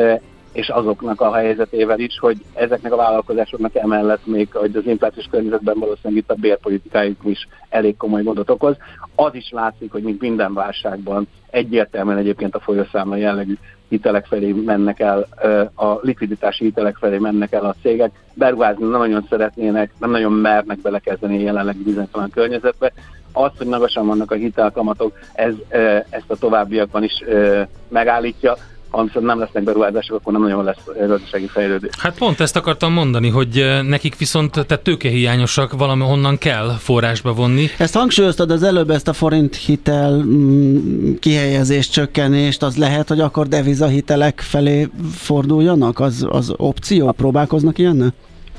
és azoknak a helyzetével is, hogy ezeknek a vállalkozásoknak emellett még, hogy az inflációs környezetben valószínűleg itt a bérpolitikájuk is elég komoly gondot okoz. Az is látszik, hogy mint minden válságban egyértelműen egyébként a folyószámla jellegű hitelek felé mennek el, a likviditási hitelek felé mennek el a cégek, beruházni nem nagyon szeretnének, nem nagyon mernek belekezdeni a jelenlegi bizonytalan környezetbe. Az, hogy magasan vannak a hitelkamatok, ez, ezt a továbbiakban is megállítja. Ha viszont nem lesznek beruházások, akkor nem nagyon lesz gazdasági fejlődés. Hát pont ezt akartam mondani, hogy nekik viszont tehát tőkehiányosak, valamihonnan kell forrásba vonni. Ezt hangsúlyoztad az előbb, ezt a forint hitel mm, kihelyezés, csökkenést, az lehet, hogy akkor devizahitelek felé forduljanak? Az, az opció? Próbálkoznak ilyennel?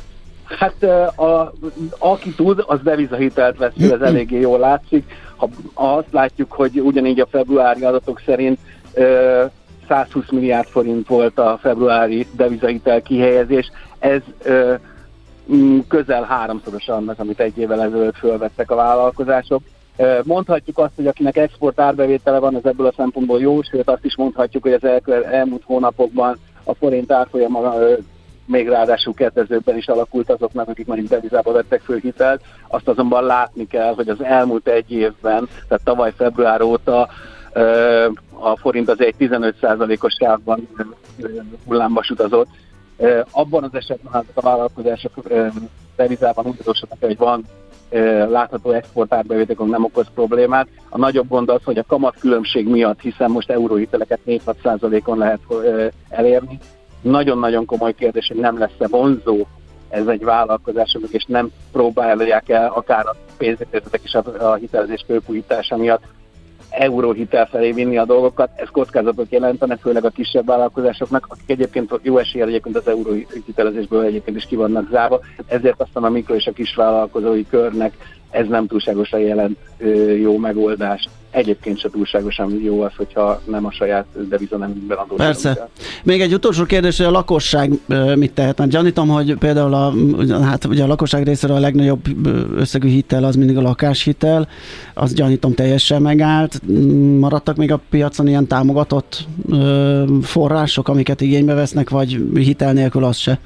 Hát a, aki tud, az devizahitelt vesz, ez eléggé jól látszik. Ha azt látjuk, hogy ugyanígy a februári adatok szerint százhúsz milliárd forint volt a februári devizahitel kihelyezés. Ez ö, közel háromszoros annak, amit egy évvel ezelőtt fölvettek a vállalkozások. Mondhatjuk azt, hogy akinek export árbevétele van, ez ebből a szempontból jó, sőt azt is mondhatjuk, hogy az el, elmúlt hónapokban a forint árfolyama még ráadásul kedvezőbben is alakult azoknak, akik mondjuk devizába vettek föl hitelt. Azt azonban látni kell, hogy az elmúlt egy évben, tehát tavaly február óta a forint az egy tizenöt százalékos sávban hullámvas utazott. Abban az esetben hát a vállalkozások devizában úgy adósodnak, hogy van látható exportárbevételek, nem okoz problémát. A nagyobb gond az, hogy a kamatkülönbség miatt, hiszen most euróhiteleket négy-hat százalékon lehet elérni. Nagyon-nagyon komoly kérdés, hogy nem lesz-e vonzó ez egy vállalkozásoknak, és nem próbálják el akár a pénzintézetek és a hitelezés fölpújítása miatt euróhitel felé vinni a dolgokat. Ez kockázatot jelentene, főleg a kisebb vállalkozásoknak, akik egyébként jó eséllyel egyébként az euróhitelezésből egyébként is ki vannak zárva. Ezért aztán a mikro és a kisvállalkozói körnek ez nem túlságosan jelent ö, jó megoldást. Egyébként se túlságosan jó az, hogyha nem a saját devizanemünkben adósodunk. Persze. Még egy utolsó kérdés, hogy a lakosság mit tehet? Mert gyanítom, hogy például a, hát ugye a lakosság részéről a legnagyobb összegű hitel az mindig a lakáshitel, az gyanítom teljesen megállt. Maradtak még a piacon ilyen támogatott források, amiket igénybe vesznek, vagy hitel nélkül az se?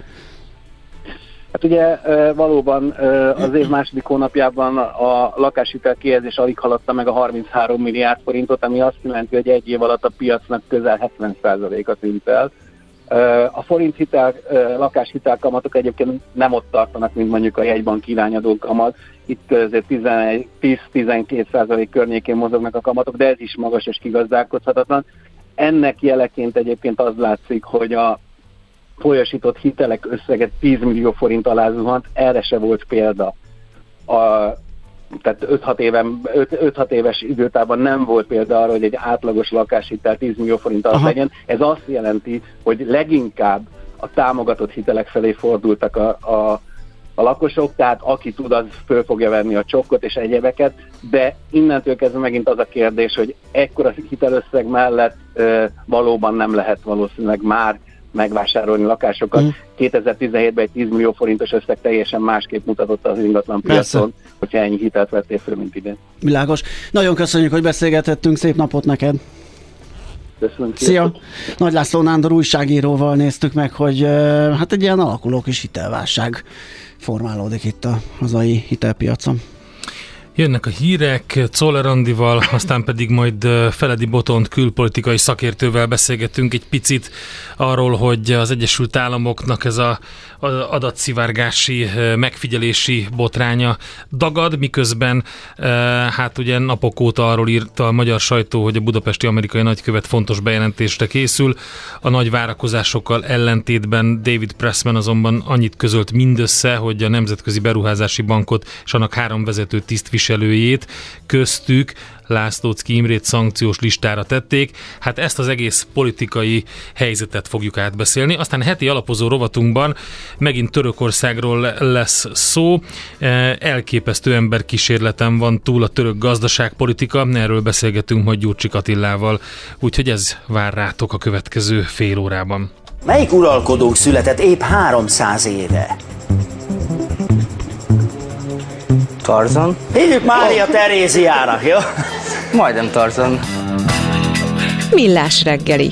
Hát ugye valóban az év második hónapjában a lakáshitel kihelyezés alig haladta meg a harminchárom milliárd forintot, ami azt jelenti, hogy egy év alatt a piacnak közel hetven százaléka tűnt el. A forint hitel, lakáshitel kamatok egyébként nem ott tartanak, mint mondjuk a jegybank irányadó kamat. Itt azért tíz-tizenkét százalék környékén mozognak a kamatok, de ez is magas és kigazdálkodhatatlan. Ennek jeleként egyébként az látszik, hogy a folyosított hitelek összeget tíz millió forint alá zuhant, erre se volt példa. A, tehát öt-hat éves időtában nem volt példa arra, hogy egy átlagos lakáshitel tíz millió forint alatt legyen. Ez azt jelenti, hogy leginkább a támogatott hitelek felé fordultak a, a, a lakosok, tehát aki tud, az föl fogja venni a csokkot és egyebeket, de innentől kezdve megint az a kérdés, hogy ekkora hitelösszeg mellett ö, valóban nem lehet valószínűleg már megvásárolni lakásokat. Mm. kétezer-tizenhétben egy tíz millió forintos összeg teljesen másképp mutatott az ingatlan piacon, hogyha ennyi hitelt vettél föl, mint idén. Világos. Nagyon köszönjük, hogy beszélgethettünk, szép napot neked! Köszönöm. Szia! Nagy László Nándor újságíróval néztük meg, hogy hát egy ilyen alakuló kis hitelválság formálódik itt a hazai hitelpiacon. Jönnek a hírek, Czoller Andival, aztán pedig majd Feledi Botont külpolitikai szakértővel beszélgetünk egy picit arról, hogy az Egyesült Államoknak ez a adatszivárgási, megfigyelési botránya dagad, miközben hát ugye napok óta arról írta a magyar sajtó, hogy a budapesti amerikai nagykövet fontos bejelentésre készül. A nagy várakozásokkal ellentétben David Pressman azonban annyit közölt mindössze, hogy a Nemzetközi Beruházási Bankot és annak három vezető tisztviselőjét, köztük Lászlóczky Imrét szankciós listára tették. Hát ezt az egész politikai helyzetet fogjuk átbeszélni. Aztán heti alapozó rovatunkban megint Törökországról lesz szó. Elképesztő emberkísérleten van túl a török gazdaságpolitika. Erről beszélgetünk majd Gyurcsik Attilával. Úgyhogy ez vár rátok a következő fél órában. Melyik uralkodónk született épp háromszáz éve? Tarzan? Hívjuk Mária Teréziának, jó? Majdnem Tarzan. Millás reggeli.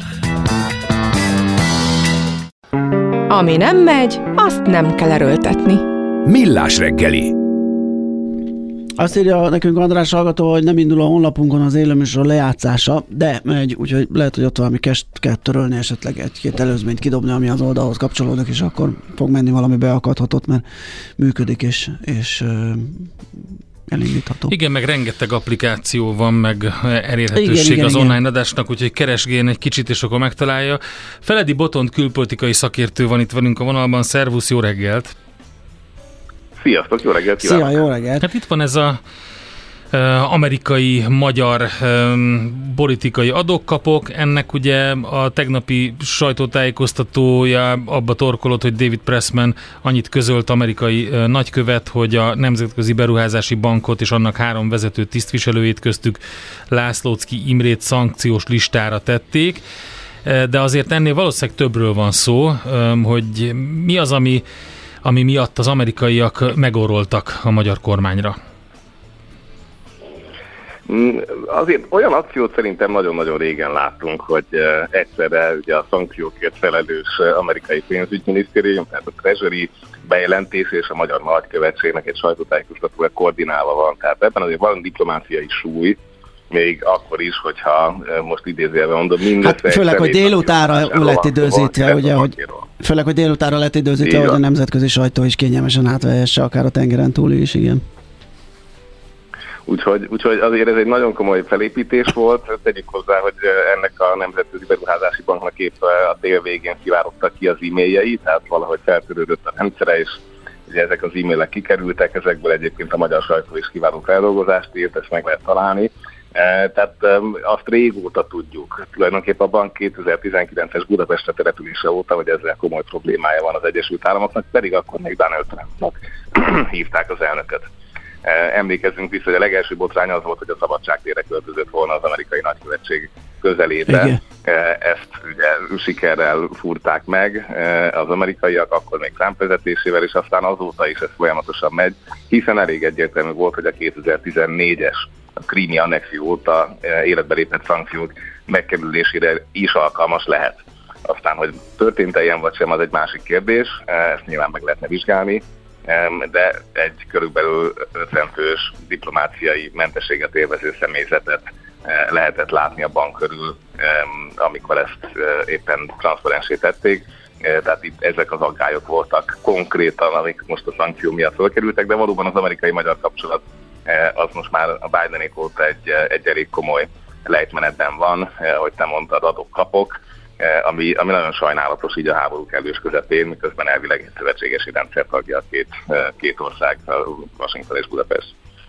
Ami nem megy, azt nem kell erőltetni. Millás reggeli. Azt írja nekünk András hallgató, hogy nem indul a honlapunkon az élőműsor lejátszása, de megy, úgyhogy lehet, hogy ott valami kest kell törölni, esetleg egy-két előzményt kidobni, ami az oldalhoz kapcsolódik, és akkor fog menni valami beakadhatott, mert működik, és, és uh, elindítható. Igen, meg rengeteg applikáció van, meg elérhetőség igen, igen, az igen. online adásnak, úgyhogy keresgéljen egy kicsit, és akkor megtalálja. Feledi Botont külpolitikai szakértő van itt velünk a vonalban. Szervusz, jó reggelt! Sziasztok, jó reggelt kívánok! Szia, jó reggelt! Hát itt van ez a uh, amerikai-magyar um, politikai adok-kapok. Ennek ugye a tegnapi sajtótájékoztatója abba torkolott, hogy David Pressman annyit közölt, amerikai uh, nagykövet, hogy a Nemzetközi Beruházási Bankot és annak három vezető tisztviselőjét, köztük Lászlóczky Imrét szankciós listára tették. De azért ennél valószínűleg többről van szó, um, hogy mi az, ami ami miatt az amerikaiak megorroltak a magyar kormányra? Azért olyan akciót szerintem nagyon-nagyon régen láttunk, hogy egyszerre ugye a szankciókért felelős amerikai pénzügyminisztérium, tehát a Treasury bejelentés és a magyar nagykövetségnek egy sajtótájékoztatója koordinálva van. Tehát ebben azért van diplomáciai súly, még akkor is, hogyha most idézőjelben mondom, mindössze... Hát főleg, hogy délutára lett időzítve, ugye, hogy főleg, hogy délutára lett időzítve, hogy a nemzetközi sajtó is kényelmesen átvehesse, akár a tengeren túl is, igen. Úgyhogy, úgyhogy azért ez egy nagyon komoly felépítés volt. Tegyük hozzá, hogy ennek a Nemzetközi Beruházási Banknak épp a tél végén szivárogtak ki az e-mailjei, tehát valahogy feltörődött a rendszere, és ugye ezek az e-mailek kikerültek, ezekből egyébként a magyar sajtó is kiváló feldolgozást írt, ezt meg lehet találni. Tehát azt régóta tudjuk, tulajdonképpen a bank kétezer-tizenkilences Budapestre települése óta, hogy ezzel komoly problémája van az Egyesült Államoknak, pedig akkor még Donald Trumpnak hívták az elnököt. Emlékezzünk vissza, hogy a legelső botrány az volt, hogy a Szabadságtérre költözött volna az amerikai nagykövetség közelébe. Igen. Ezt ugye sikerrel fúrták meg az amerikaiak, akkor még Trump vezetésével, és aztán azóta is ez folyamatosan megy, hiszen elég egyértelmű volt, hogy a kétezer-tizennégyes a krími annexió óta életbe lépett szankciók megkerülésére is alkalmas lehet. Aztán, hogy történt-e ilyen vagy sem, az egy másik kérdés, ezt nyilván meg lehetne vizsgálni, de egy körülbelül ötven fős diplomáciai mentességet élvező személyzetet lehetett látni a bank körül, amikor ezt éppen transzparensé tették. Tehát itt ezek az aggályok voltak konkrétan, amik most a szankció miatt felkerültek, de valóban az amerikai-magyar kapcsolat az most már a Bidenék óta egy, egy elég komoly lejtmenetben van, ahogy te mondtad, adok-kapok, ami, ami nagyon sajnálatos így a háború kellős közepén, miközben elvileg egy szövetségesi rendszer tagja a két, két ország, Washington és Budapest.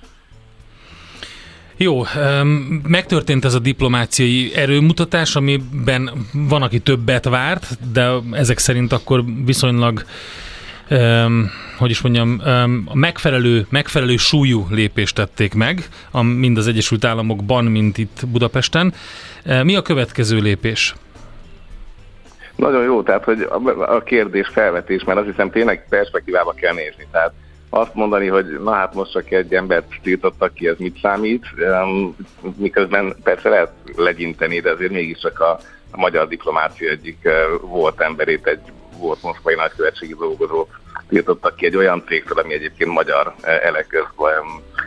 Jó, megtörtént ez a diplomáciai erőmutatás, amiben van, aki többet várt, de ezek szerint akkor viszonylag Um, hogy is mondjam, um, a megfelelő, megfelelő súlyú lépést tették meg, a, mind az Egyesült Államokban, mint itt Budapesten. Uh, mi a következő lépés? Nagyon jó, tehát hogy a kérdés felvetés, mert azt hiszem tényleg perspektívába kell nézni. Tehát azt mondani, hogy na hát most csak egy embert tiltottak ki, ez mit számít, um, miközben persze lehet legyinteni, de azért mégiscsak a, a magyar diplomácia egyik uh, volt emberét, egy volt moszkvai nagykövetségi dolgozót tiltottak ki egy olyan cégtől, ami egyébként magyar eleköz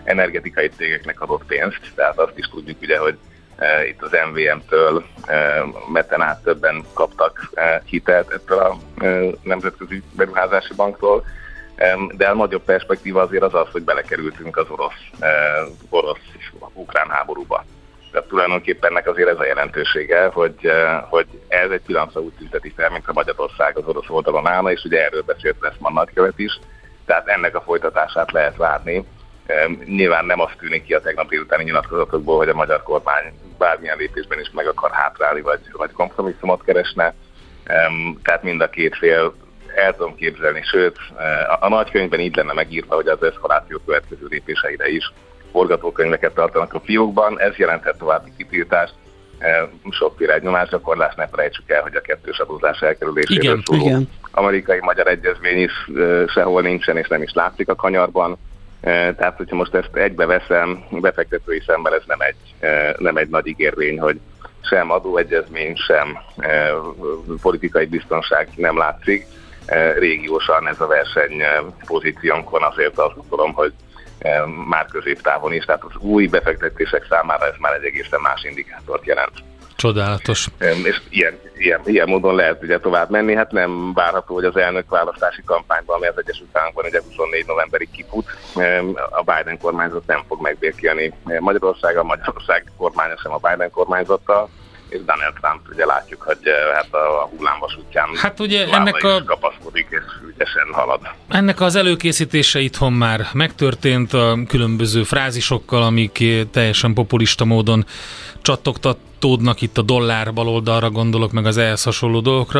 energetikai cégeknek adott pénzt, tehát azt is tudjuk ugye, hogy e, itt az em vé em-től e, meten át többen kaptak e, hitelt ettől a e, Nemzetközi Beruházási Banktól, e, de a nagyobb perspektíva azért az az, hogy belekerültünk az orosz, e, orosz és ukrán háborúba. Tehát tulajdonképpen ennek azért ez a jelentősége, hogy, hogy ez egy pillanatra úgy tünteti fel, mint a Magyarország az orosz oldalon állna, és ugye erről beszélt Westman nagykövet is, tehát ennek a folytatását lehet várni. Nyilván nem azt tűnik ki a tegnap délutáni nyilatkozatokból, hogy a magyar kormány bármilyen lépésben is meg akar hátrálni, vagy, vagy kompromisszumot keresne. Tehát mind a két fél el tudom képzelni, sőt, a, a nagykönyvben így lenne megírva, hogy az eszkaláció következő lépéseire is forgatókönyveket tartanak a fiókban, ez jelenthet további kitiltást, sokféle egy nyomásgyakorlás, ne felejtsük el, hogy a kettős adózás elkerüléséről szóló amerikai-magyar egyezmény is sehol nincsen, és nem is látszik a kanyarban. Tehát, hogyha most ezt egybe veszem, befektetői szemben ez nem egy, nem egy nagy ígérvény, hogy sem adóegyezmény, sem politikai biztonság nem látszik. Régiósan ez a verseny pozíciónkon azért azt gondolom, hogy már középtávon is, tehát az új befektetések számára ez már egy egészen más indikátort jelent. Csodálatos. És ilyen, ilyen, ilyen módon lehet ugye tovább menni, hát nem várható, hogy az elnök választási kampányban, ami az Egyesült Államokban ugye huszonnégy novemberig kifut, a Biden kormányzat nem fog megbékélni Magyarországgal, Magyarország kormánya sem a Biden kormányzattal, és Donald Trump, ugye látjuk, hogy hát a hullámvasútján hát ugye ennek a... kapaszkodik, és ügyesen halad. Ennek az előkészítése itthon már megtörtént a különböző frázisokkal, amik teljesen populista módon csattogtatódnak, itt a dollár baloldalra gondolok, meg az ehhez hasonló dolgokra.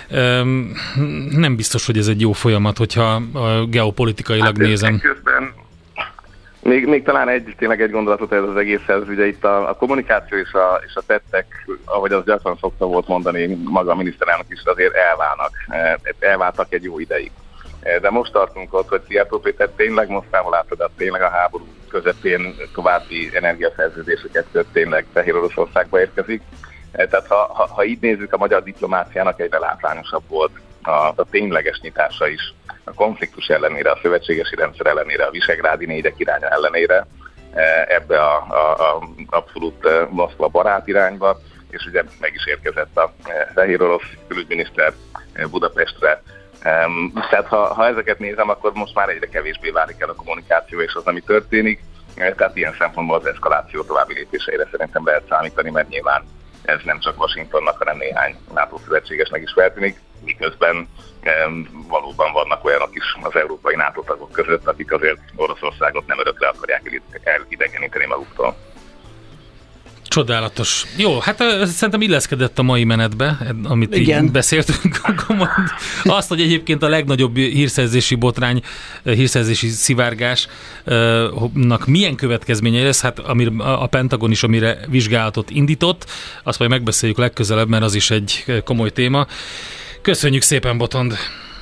Nem biztos, hogy ez egy jó folyamat, hogyha geopolitikailag hát nézem. Közben Még, még talán egy, tényleg egy gondolatot ez az egészhez, ugye itt a, a kommunikáció és a, és a tettek, ahogy az gyakran szokta volt mondani maga a miniszterelnök is, azért elválnak, elváltak egy jó ideig. De most tartunk ott, hogy Szijjártó Péter tényleg Moszkvába látogat, tényleg a háború közepén további energiaszerződéseket köt, tényleg Fehér Oroszországba érkezik. Tehát ha, ha, ha így nézzük, a magyar diplomáciának egyre látványosabb volt a, a tényleges nyitása is, a konfliktus ellenére, a szövetségesi rendszer ellenére, a visegrádi négyek iránya ellenére, ebbe a, a, a abszolút Moszkva barát irányba, és ugye meg is érkezett a fehér orosz külügyminiszter Budapestre. Tehát ha, ha ezeket nézem, akkor most már egyre kevésbé válik el a kommunikáció és az, ami történik, tehát ilyen szempontból az eszkaláció további lépéseire szerintem lehet számítani, mert nyilván ez nem csak Washingtonnak, hanem néhány NATO szövetségesnek is feltűnik, miközben um, valóban vannak olyanok is az európai NATO tagok között, akik azért Oroszországot nem örökre akarják elidegeníteni maguktól. Csodálatos. Jó, hát szerintem illeszkedett a mai menetbe, amit igen. így beszéltünk. Azt, hogy egyébként a legnagyobb hírszerzési botrány, hírszerzési szivárgásnak milyen következménye lesz, hát amir, a Pentagon is, amire vizsgálatot indított, azt majd megbeszéljük legközelebb, mert az is egy komoly téma. Köszönjük szépen, Botond!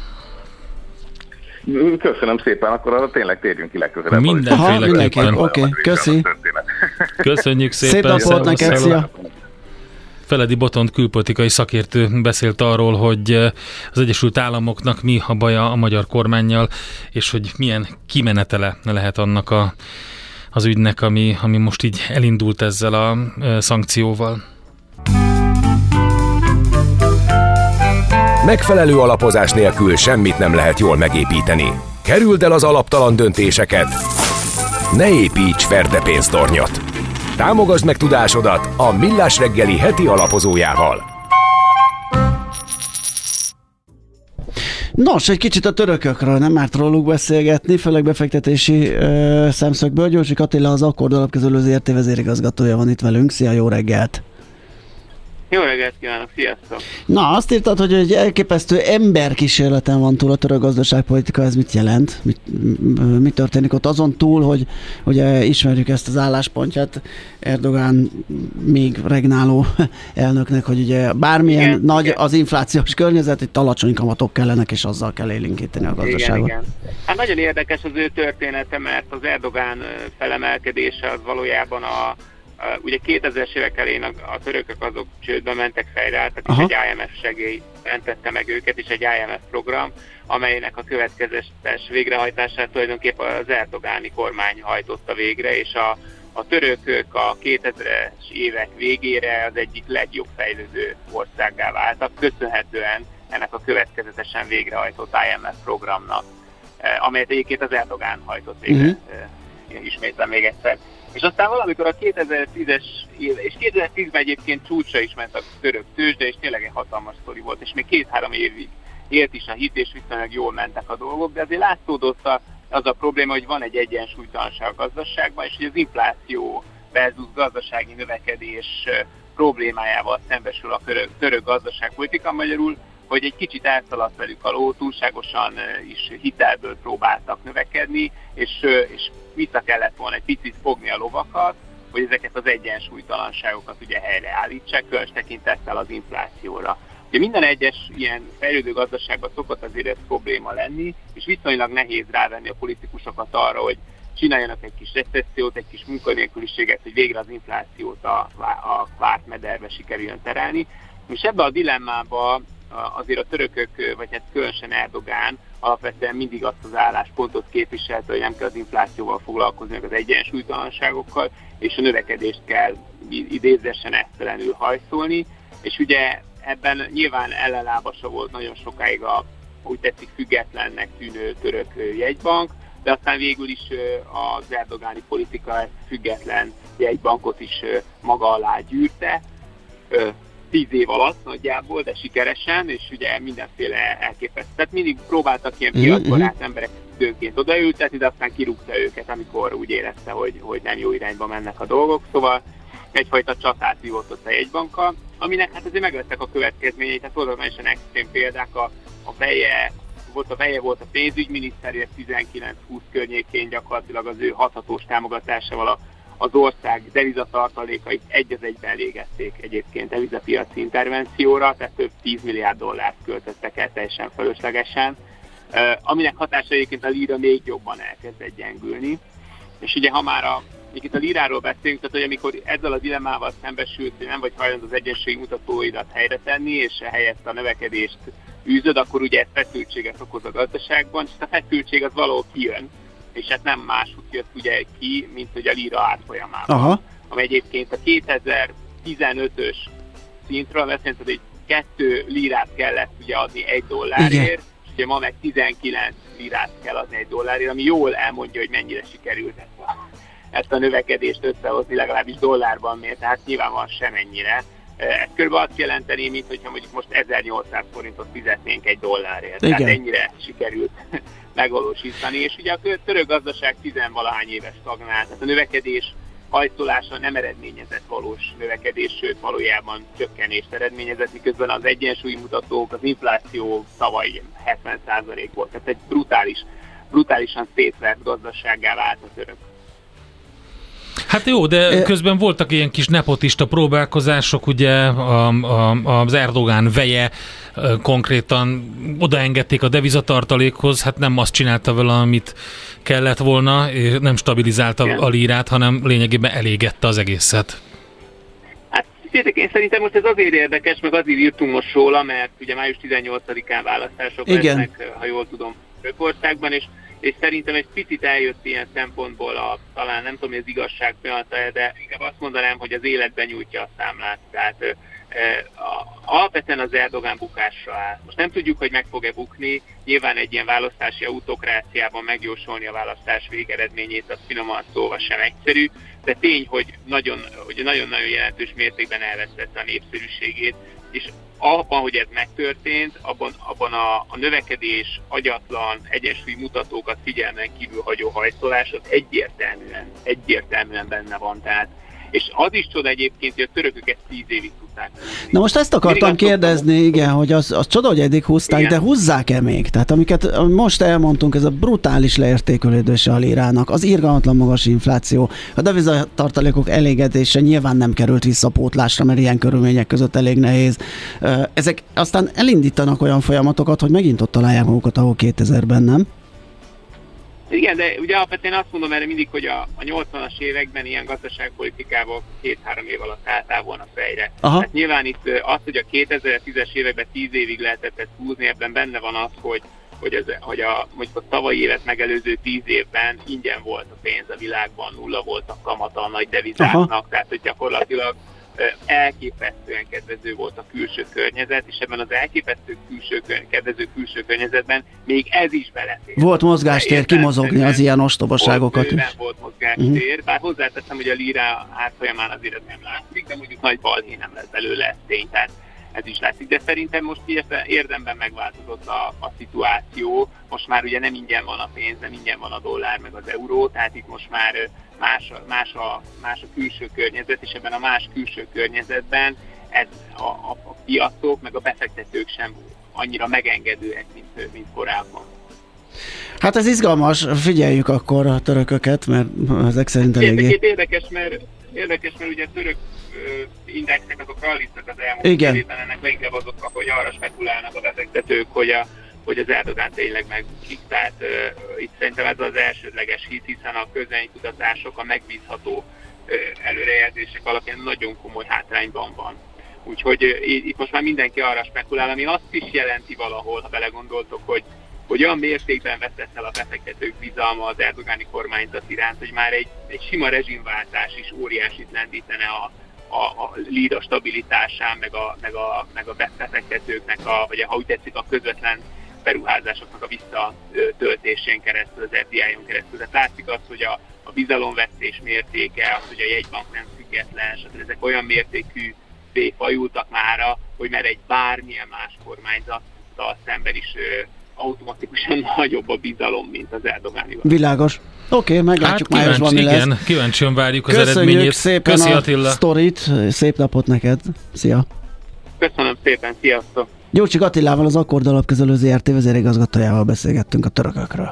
Köszönöm szépen, akkor arra tényleg térjünk ki legközelebb. Mindenféleképpen. Oké, okay, köszi. Köszönjük szépen. Szép napot neked, szia. Feledi Botond külpolitikai szakértő beszélt arról, hogy az Egyesült Államoknak mi a baja a magyar kormánnyal, és hogy milyen kimenetele lehet annak a, az ügynek, ami, ami most így elindult ezzel a szankcióval. Megfelelő alapozás nélkül semmit nem lehet jól megépíteni. Kerüld el az alaptalan döntéseket. Ne építs ferdepénztornyot. Támogasd meg tudásodat a Millás reggeli heti alapozójával. Nos, egy kicsit a törökökről nem árt róluk beszélgetni, főleg befektetési ö, szemszögből. Gyurcsik Attila, az Akkord Alapkezelő zé er té vezérigazgatója van itt velünk. Szia, jó reggelt! Jó reggelt kívánok, sziasztok! Na, azt írtad, hogy egy elképesztő emberkísérleten van túl a török gazdaságpolitika, ez mit jelent? Mit, mi történik ott azon túl, hogy ugye ismerjük ezt az álláspontját Erdogán még regnáló elnöknek, hogy ugye bármilyen igen, nagy igen. az inflációs környezet, itt alacsony kamatok kellenek, és azzal kell élénkíteni a gazdaságot. Igen, igen. Hát nagyon érdekes az ő története, mert az Erdogán felemelkedése az valójában a Uh, ugye kétezres évek elején a, a törökök azok csődbe mentek, fejreálltak, és egy I M F segély mentette meg őket, és egy I M F program, amelynek a következetes végrehajtását tulajdonképpen az erdogáni kormány hajtotta végre, és a, a törökök a kétezres évek végére az egyik legjobb fejlődő országgá váltak, köszönhetően ennek a következetesen végrehajtott I M F programnak, amelyet egyébként az Erdogán hajtott végre, uh-huh. ismétlem még egyszer. És aztán valamikor a kétezer-tízes év, és kétezer-tízben egyébként csúcsra is ment a török tőzsde, és tényleg egy hatalmas sztori volt, és még két-három évig élt is a hit, és viszonylag jól mentek a dolgok, de azért látszódott az a probléma, hogy van egy egyensúlytalanság a gazdaságban, és hogy az infláció versus gazdasági növekedés problémájával szembesül a török, török gazdaságpolitika, magyarul, hogy egy kicsit elszaladt velük a ló, túlságosan is hitelből próbáltak növekedni, és, és vissza kellett volna egy picit fogni a lovakat, hogy ezeket az egyensúlytalanságokat ugye helyreállítsák, különös tekintettel az inflációra. Ugye minden egyes ilyen fejlődő gazdaságban szokott azért ez probléma lenni, és viszonylag nehéz rávenni a politikusokat arra, hogy csináljanak egy kis recessziót, egy kis munkanélküliséget, hogy végre az inflációt a, a várt mederbe sikerüljön terelni. És ebbe a dilemmába azért a törökök, vagy hát különösen Erdogán alapvetően mindig azt az álláspontot képviselte, hogy nem kell az inflációval foglalkozni, meg az egyensúlytalanságokkal, és a növekedést kell idézésen esztelenül hajszolni, és ugye ebben nyilván ellenlábasa volt nagyon sokáig a, úgy tetszik, függetlennek tűnő török jegybank, de aztán végül is az erdogáni politika ezt független jegybankot is maga alá gyűrte, tíz év alatt nagyjából, de sikeresen, és ugye mindenféle elképesztő. Tehát mindig próbáltak ilyen piacbarát emberek időnként odaültetni, de aztán kirúgta őket, amikor úgy érezte, hogy, hogy nem jó irányba mennek a dolgok. Szóval egyfajta csatát vívott ott a jegybankkal, aminek hát azért meglettek a következményei, tehát voltak nagyon extrém példák, a, a veje, volt a veje volt a pénzügyminiszter, tizenkilenc-húsz környékén gyakorlatilag az ő hathatós támogatásával a az ország devizatartalékait egy az egyben elégették egyébként devizapiaci intervencióra, tehát több tíz milliárd dollárt költöttek el teljesen fölöslegesen, aminek hatása egyébként a líra még jobban elkezdett gyengülni. És ugye ha már a, a líráról beszélünk, tehát hogy amikor ezzel a dilemmával szembesült, hogy nem vagy hajlandó az egyensúlyi mutatóidat helyre tenni, és helyett a növekedést űzöd, akkor ugye ez feszültséget okoz a gazdaságban, és a feszültség az valahol kijön, és hát nem máshogy jött ugye ki, mint hogy a líra árfolyamában. Aha. Ami egyébként a kétezer-tizenötös szintről beszélt, hogy kettő lírát kellett ugye adni egy dollárért, igen. És ugye ma meg tizenkilenc lírát kell adni egy dollárért, ami jól elmondja, hogy mennyire sikerült ezt a, ezt a növekedést összehozni, legalábbis dollárban mért, tehát nyilvánvalóan semennyire. Ez körülbelül azt jelenteni, mint hogyha mondjuk most ezernyolcszáz forintot fizetnénk egy dollárért. Igen. Tehát ennyire sikerült megvalósítani. És ugye a török gazdaság tizenvalahány éves stagnált, tehát a növekedés hajszolása nem eredményezett valós növekedés, sőt valójában csökkenést eredményezett, miközben az egyensúlyi mutatók, az infláció tavaly hetven százalék volt. Tehát egy brutális, brutálisan szétvert gazdasággá vált a török. Hát jó, de közben voltak ilyen kis nepotista próbálkozások, ugye a, a, az Erdogán veje konkrétan odaengedték a devizatartalékhoz, hát nem azt csinálta vele, amit kellett volna, és nem stabilizálta igen. a lírát, hanem lényegében elégette az egészet. Hát én szerintem most ez azért érdekes, meg azért írtunk most róla, mert ugye május tizennyolcadikán választások lesznek, ha jól tudom, Törökországban, és és szerintem egy picit eljött ilyen szempontból a, talán nem tudom, hogy az igazság pillanata, de inkább azt mondanám, hogy az életben nyújtja a számlát. Tehát e, a, alapvetően az Erdogán bukásra áll. Most nem tudjuk, hogy meg fog-e bukni, nyilván egy ilyen választási autokráciában megjósolni a választás végeredményét, az finoman szóval sem egyszerű, de tény, hogy nagyon, hogy nagyon-nagyon jelentős mértékben elvesztette a népszerűségét, és abban, hogy ez megtörtént, abban, abban a, a növekedés, agyatlan, egyensúlyi mutatókat figyelmen kívül hagyó hajszolás az egyértelműen, egyértelműen benne van. Tehát, és az is csoda egyébként, hogy a törökök ezt tíz évig tudták húzni. Na most ezt akartam kérdezni, tudom, igen, hogy az, az csoda, hogy eddig húzták, igen. De húzzák-e még? Tehát amiket most elmondtunk, ez a brutális leértékülődése a lírának, az irgalmatlan magas infláció, a devizatartalékok elégedése nyilván nem került vissza pótlásra, mert ilyen körülmények között elég nehéz. Ezek aztán elindítanak olyan folyamatokat, hogy megint ott találják magukat, ahol kétezerben, nem? Igen, de ugye alapvetően azt mondom erre mindig, hogy a, a nyolcvanas években ilyen gazdaságpolitikával két-három év alatt álltál volna fejre. Hát nyilván itt az, hogy a kétezer-tízes években tíz évig lehetett ezt húzni, ebben benne van az, hogy, hogy, az, hogy a, mondjuk a tavalyi évet megelőző tíz évben ingyen volt a pénz a világban, nulla volt a kamata a nagy devizáknak, aha, tehát hogy gyakorlatilag elképesztően kedvező volt a külső környezet, és ebben az elképesztő külső, kedvező külső környezetben még ez is belefér. Volt mozgástér kimozogni az ilyen ostobaságokat is. Volt mozgástér, uh-huh. Bár hozzáteszem, hogy a lira árfolyamán azért ez nem látszik, de mondjuk nagy balhé nem lesz belőle, ez tény, tehát ez is látszik. De szerintem most érdemben megváltozott a, a szituáció. Most már ugye nem ingyen van a pénz, nem ingyen van a dollár meg az euró, tehát itt most már más, más, a, más a külső környezet, és ebben a más külső környezetben ez a, a, a piacok meg a befektetők sem annyira megengedőek, mint, mint korábban. Hát ez izgalmas, figyeljük akkor a törököket, mert ezek szerint eléggé... Érdekes, mert, érdekes, mert ugye a török indexek azok rallisztak az elmúlt évben, ennek leginkább azok, hogy arra spekulálnak a befektetők, hogy, a, hogy az Erdogán tényleg megbukik. Tehát uh, itt szerintem ez az elsődleges hit, hiszen a közvéleménykutatások a megbízható uh, előrejelzések alapján nagyon komoly hátrányban van. Úgyhogy uh, itt most már mindenki arra spekulál, ami azt is jelenti valahol, ha belegondoltok, hogy hogy olyan mértékben veszett el a befektetők bizalma az erdogáni kormányzat iránt, hogy már egy, egy sima rezsimváltás is óriásit lendítene a, a, a lira stabilitásán, meg a, meg a, meg a befektetőknek, a, vagy ha úgy tetszik, a közvetlen beruházásoknak a visszatöltésén keresztül, az ef dé í-on keresztül. Tehát látszik az, hogy a, a bizalomvesztés mértéke, az, hogy a jegybank nem független, stb. Ezek olyan mértékű fajultak mára, hogy már egy bármilyen más kormányzattal szemben is automatikusan nagyobb a bizalom, mint az Erdogánival. Világos. Oké, okay, meglátjuk hát májusban, mi igen, lesz. Kíváncsian várjuk az Köszönjük eredményét. Szépen Köszi, a Attila. sztorit, szép napot neked. Szia! Köszönöm szépen, sziasztok! Gyurcsik Attilával, az Akkord Alapkezelő zé er té vezérigazgatójával beszélgettünk a törökökről.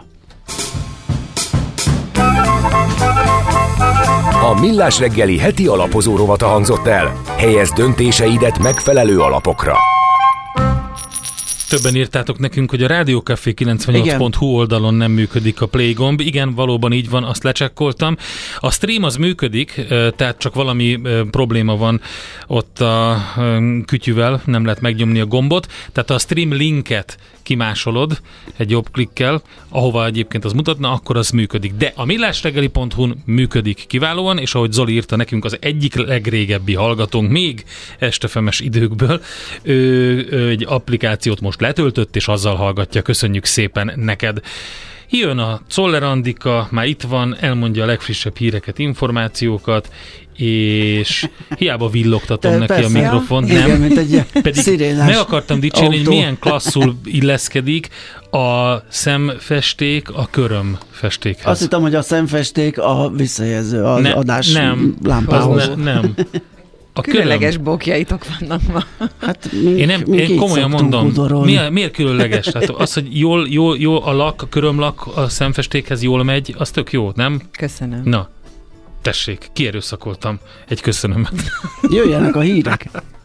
A Millás reggeli heti alapozó rovata hangzott el. Helyezd döntéseidet megfelelő alapokra. Többen írtátok nekünk, hogy a rádiókafé kilencvennyolc pont hu oldalon nem működik a play gomb. Igen, valóban így van, azt lecsekkoltam. A stream az működik, tehát csak valami probléma van ott a kütyüvel, nem lehet megnyomni a gombot. Tehát a stream linket kimásolod egy jobb klikkel, ahova egyébként az mutatna, akkor az működik. De a millásreggeli pont hu-n működik kiválóan, és ahogy Zoli írta nekünk, az egyik legrégebbi hallgatónk még estefemes időkből, ő, ő egy applikációt most letöltött, és azzal hallgatja. Köszönjük szépen neked. Jön a Czoller Andika, már itt van, elmondja a legfrissebb híreket, információkat, és hiába villogtatom Te, neki persze, a mikrofont, ja. nem? Igen, egy pedig meg akartam dicsérni, autó. Hogy milyen klasszul illeszkedik a szemfesték a körömfestékhez. Azt hittem, hogy a szemfesték a visszajelző, az ne, adás nem, lámpához. Ne, nem. A különleges köröm. Bokjaitok vannak ma. Hát mink, én nem, én komolyan mondom, miért, miért különleges? Tehát az, hogy jól, jól, jól a lak, a körömlak a szemfestékhez jól megy, az tök jó, nem? Köszönöm. Na, tessék, kierőszakoltam egy köszönömet. Jöjjenek a hírek.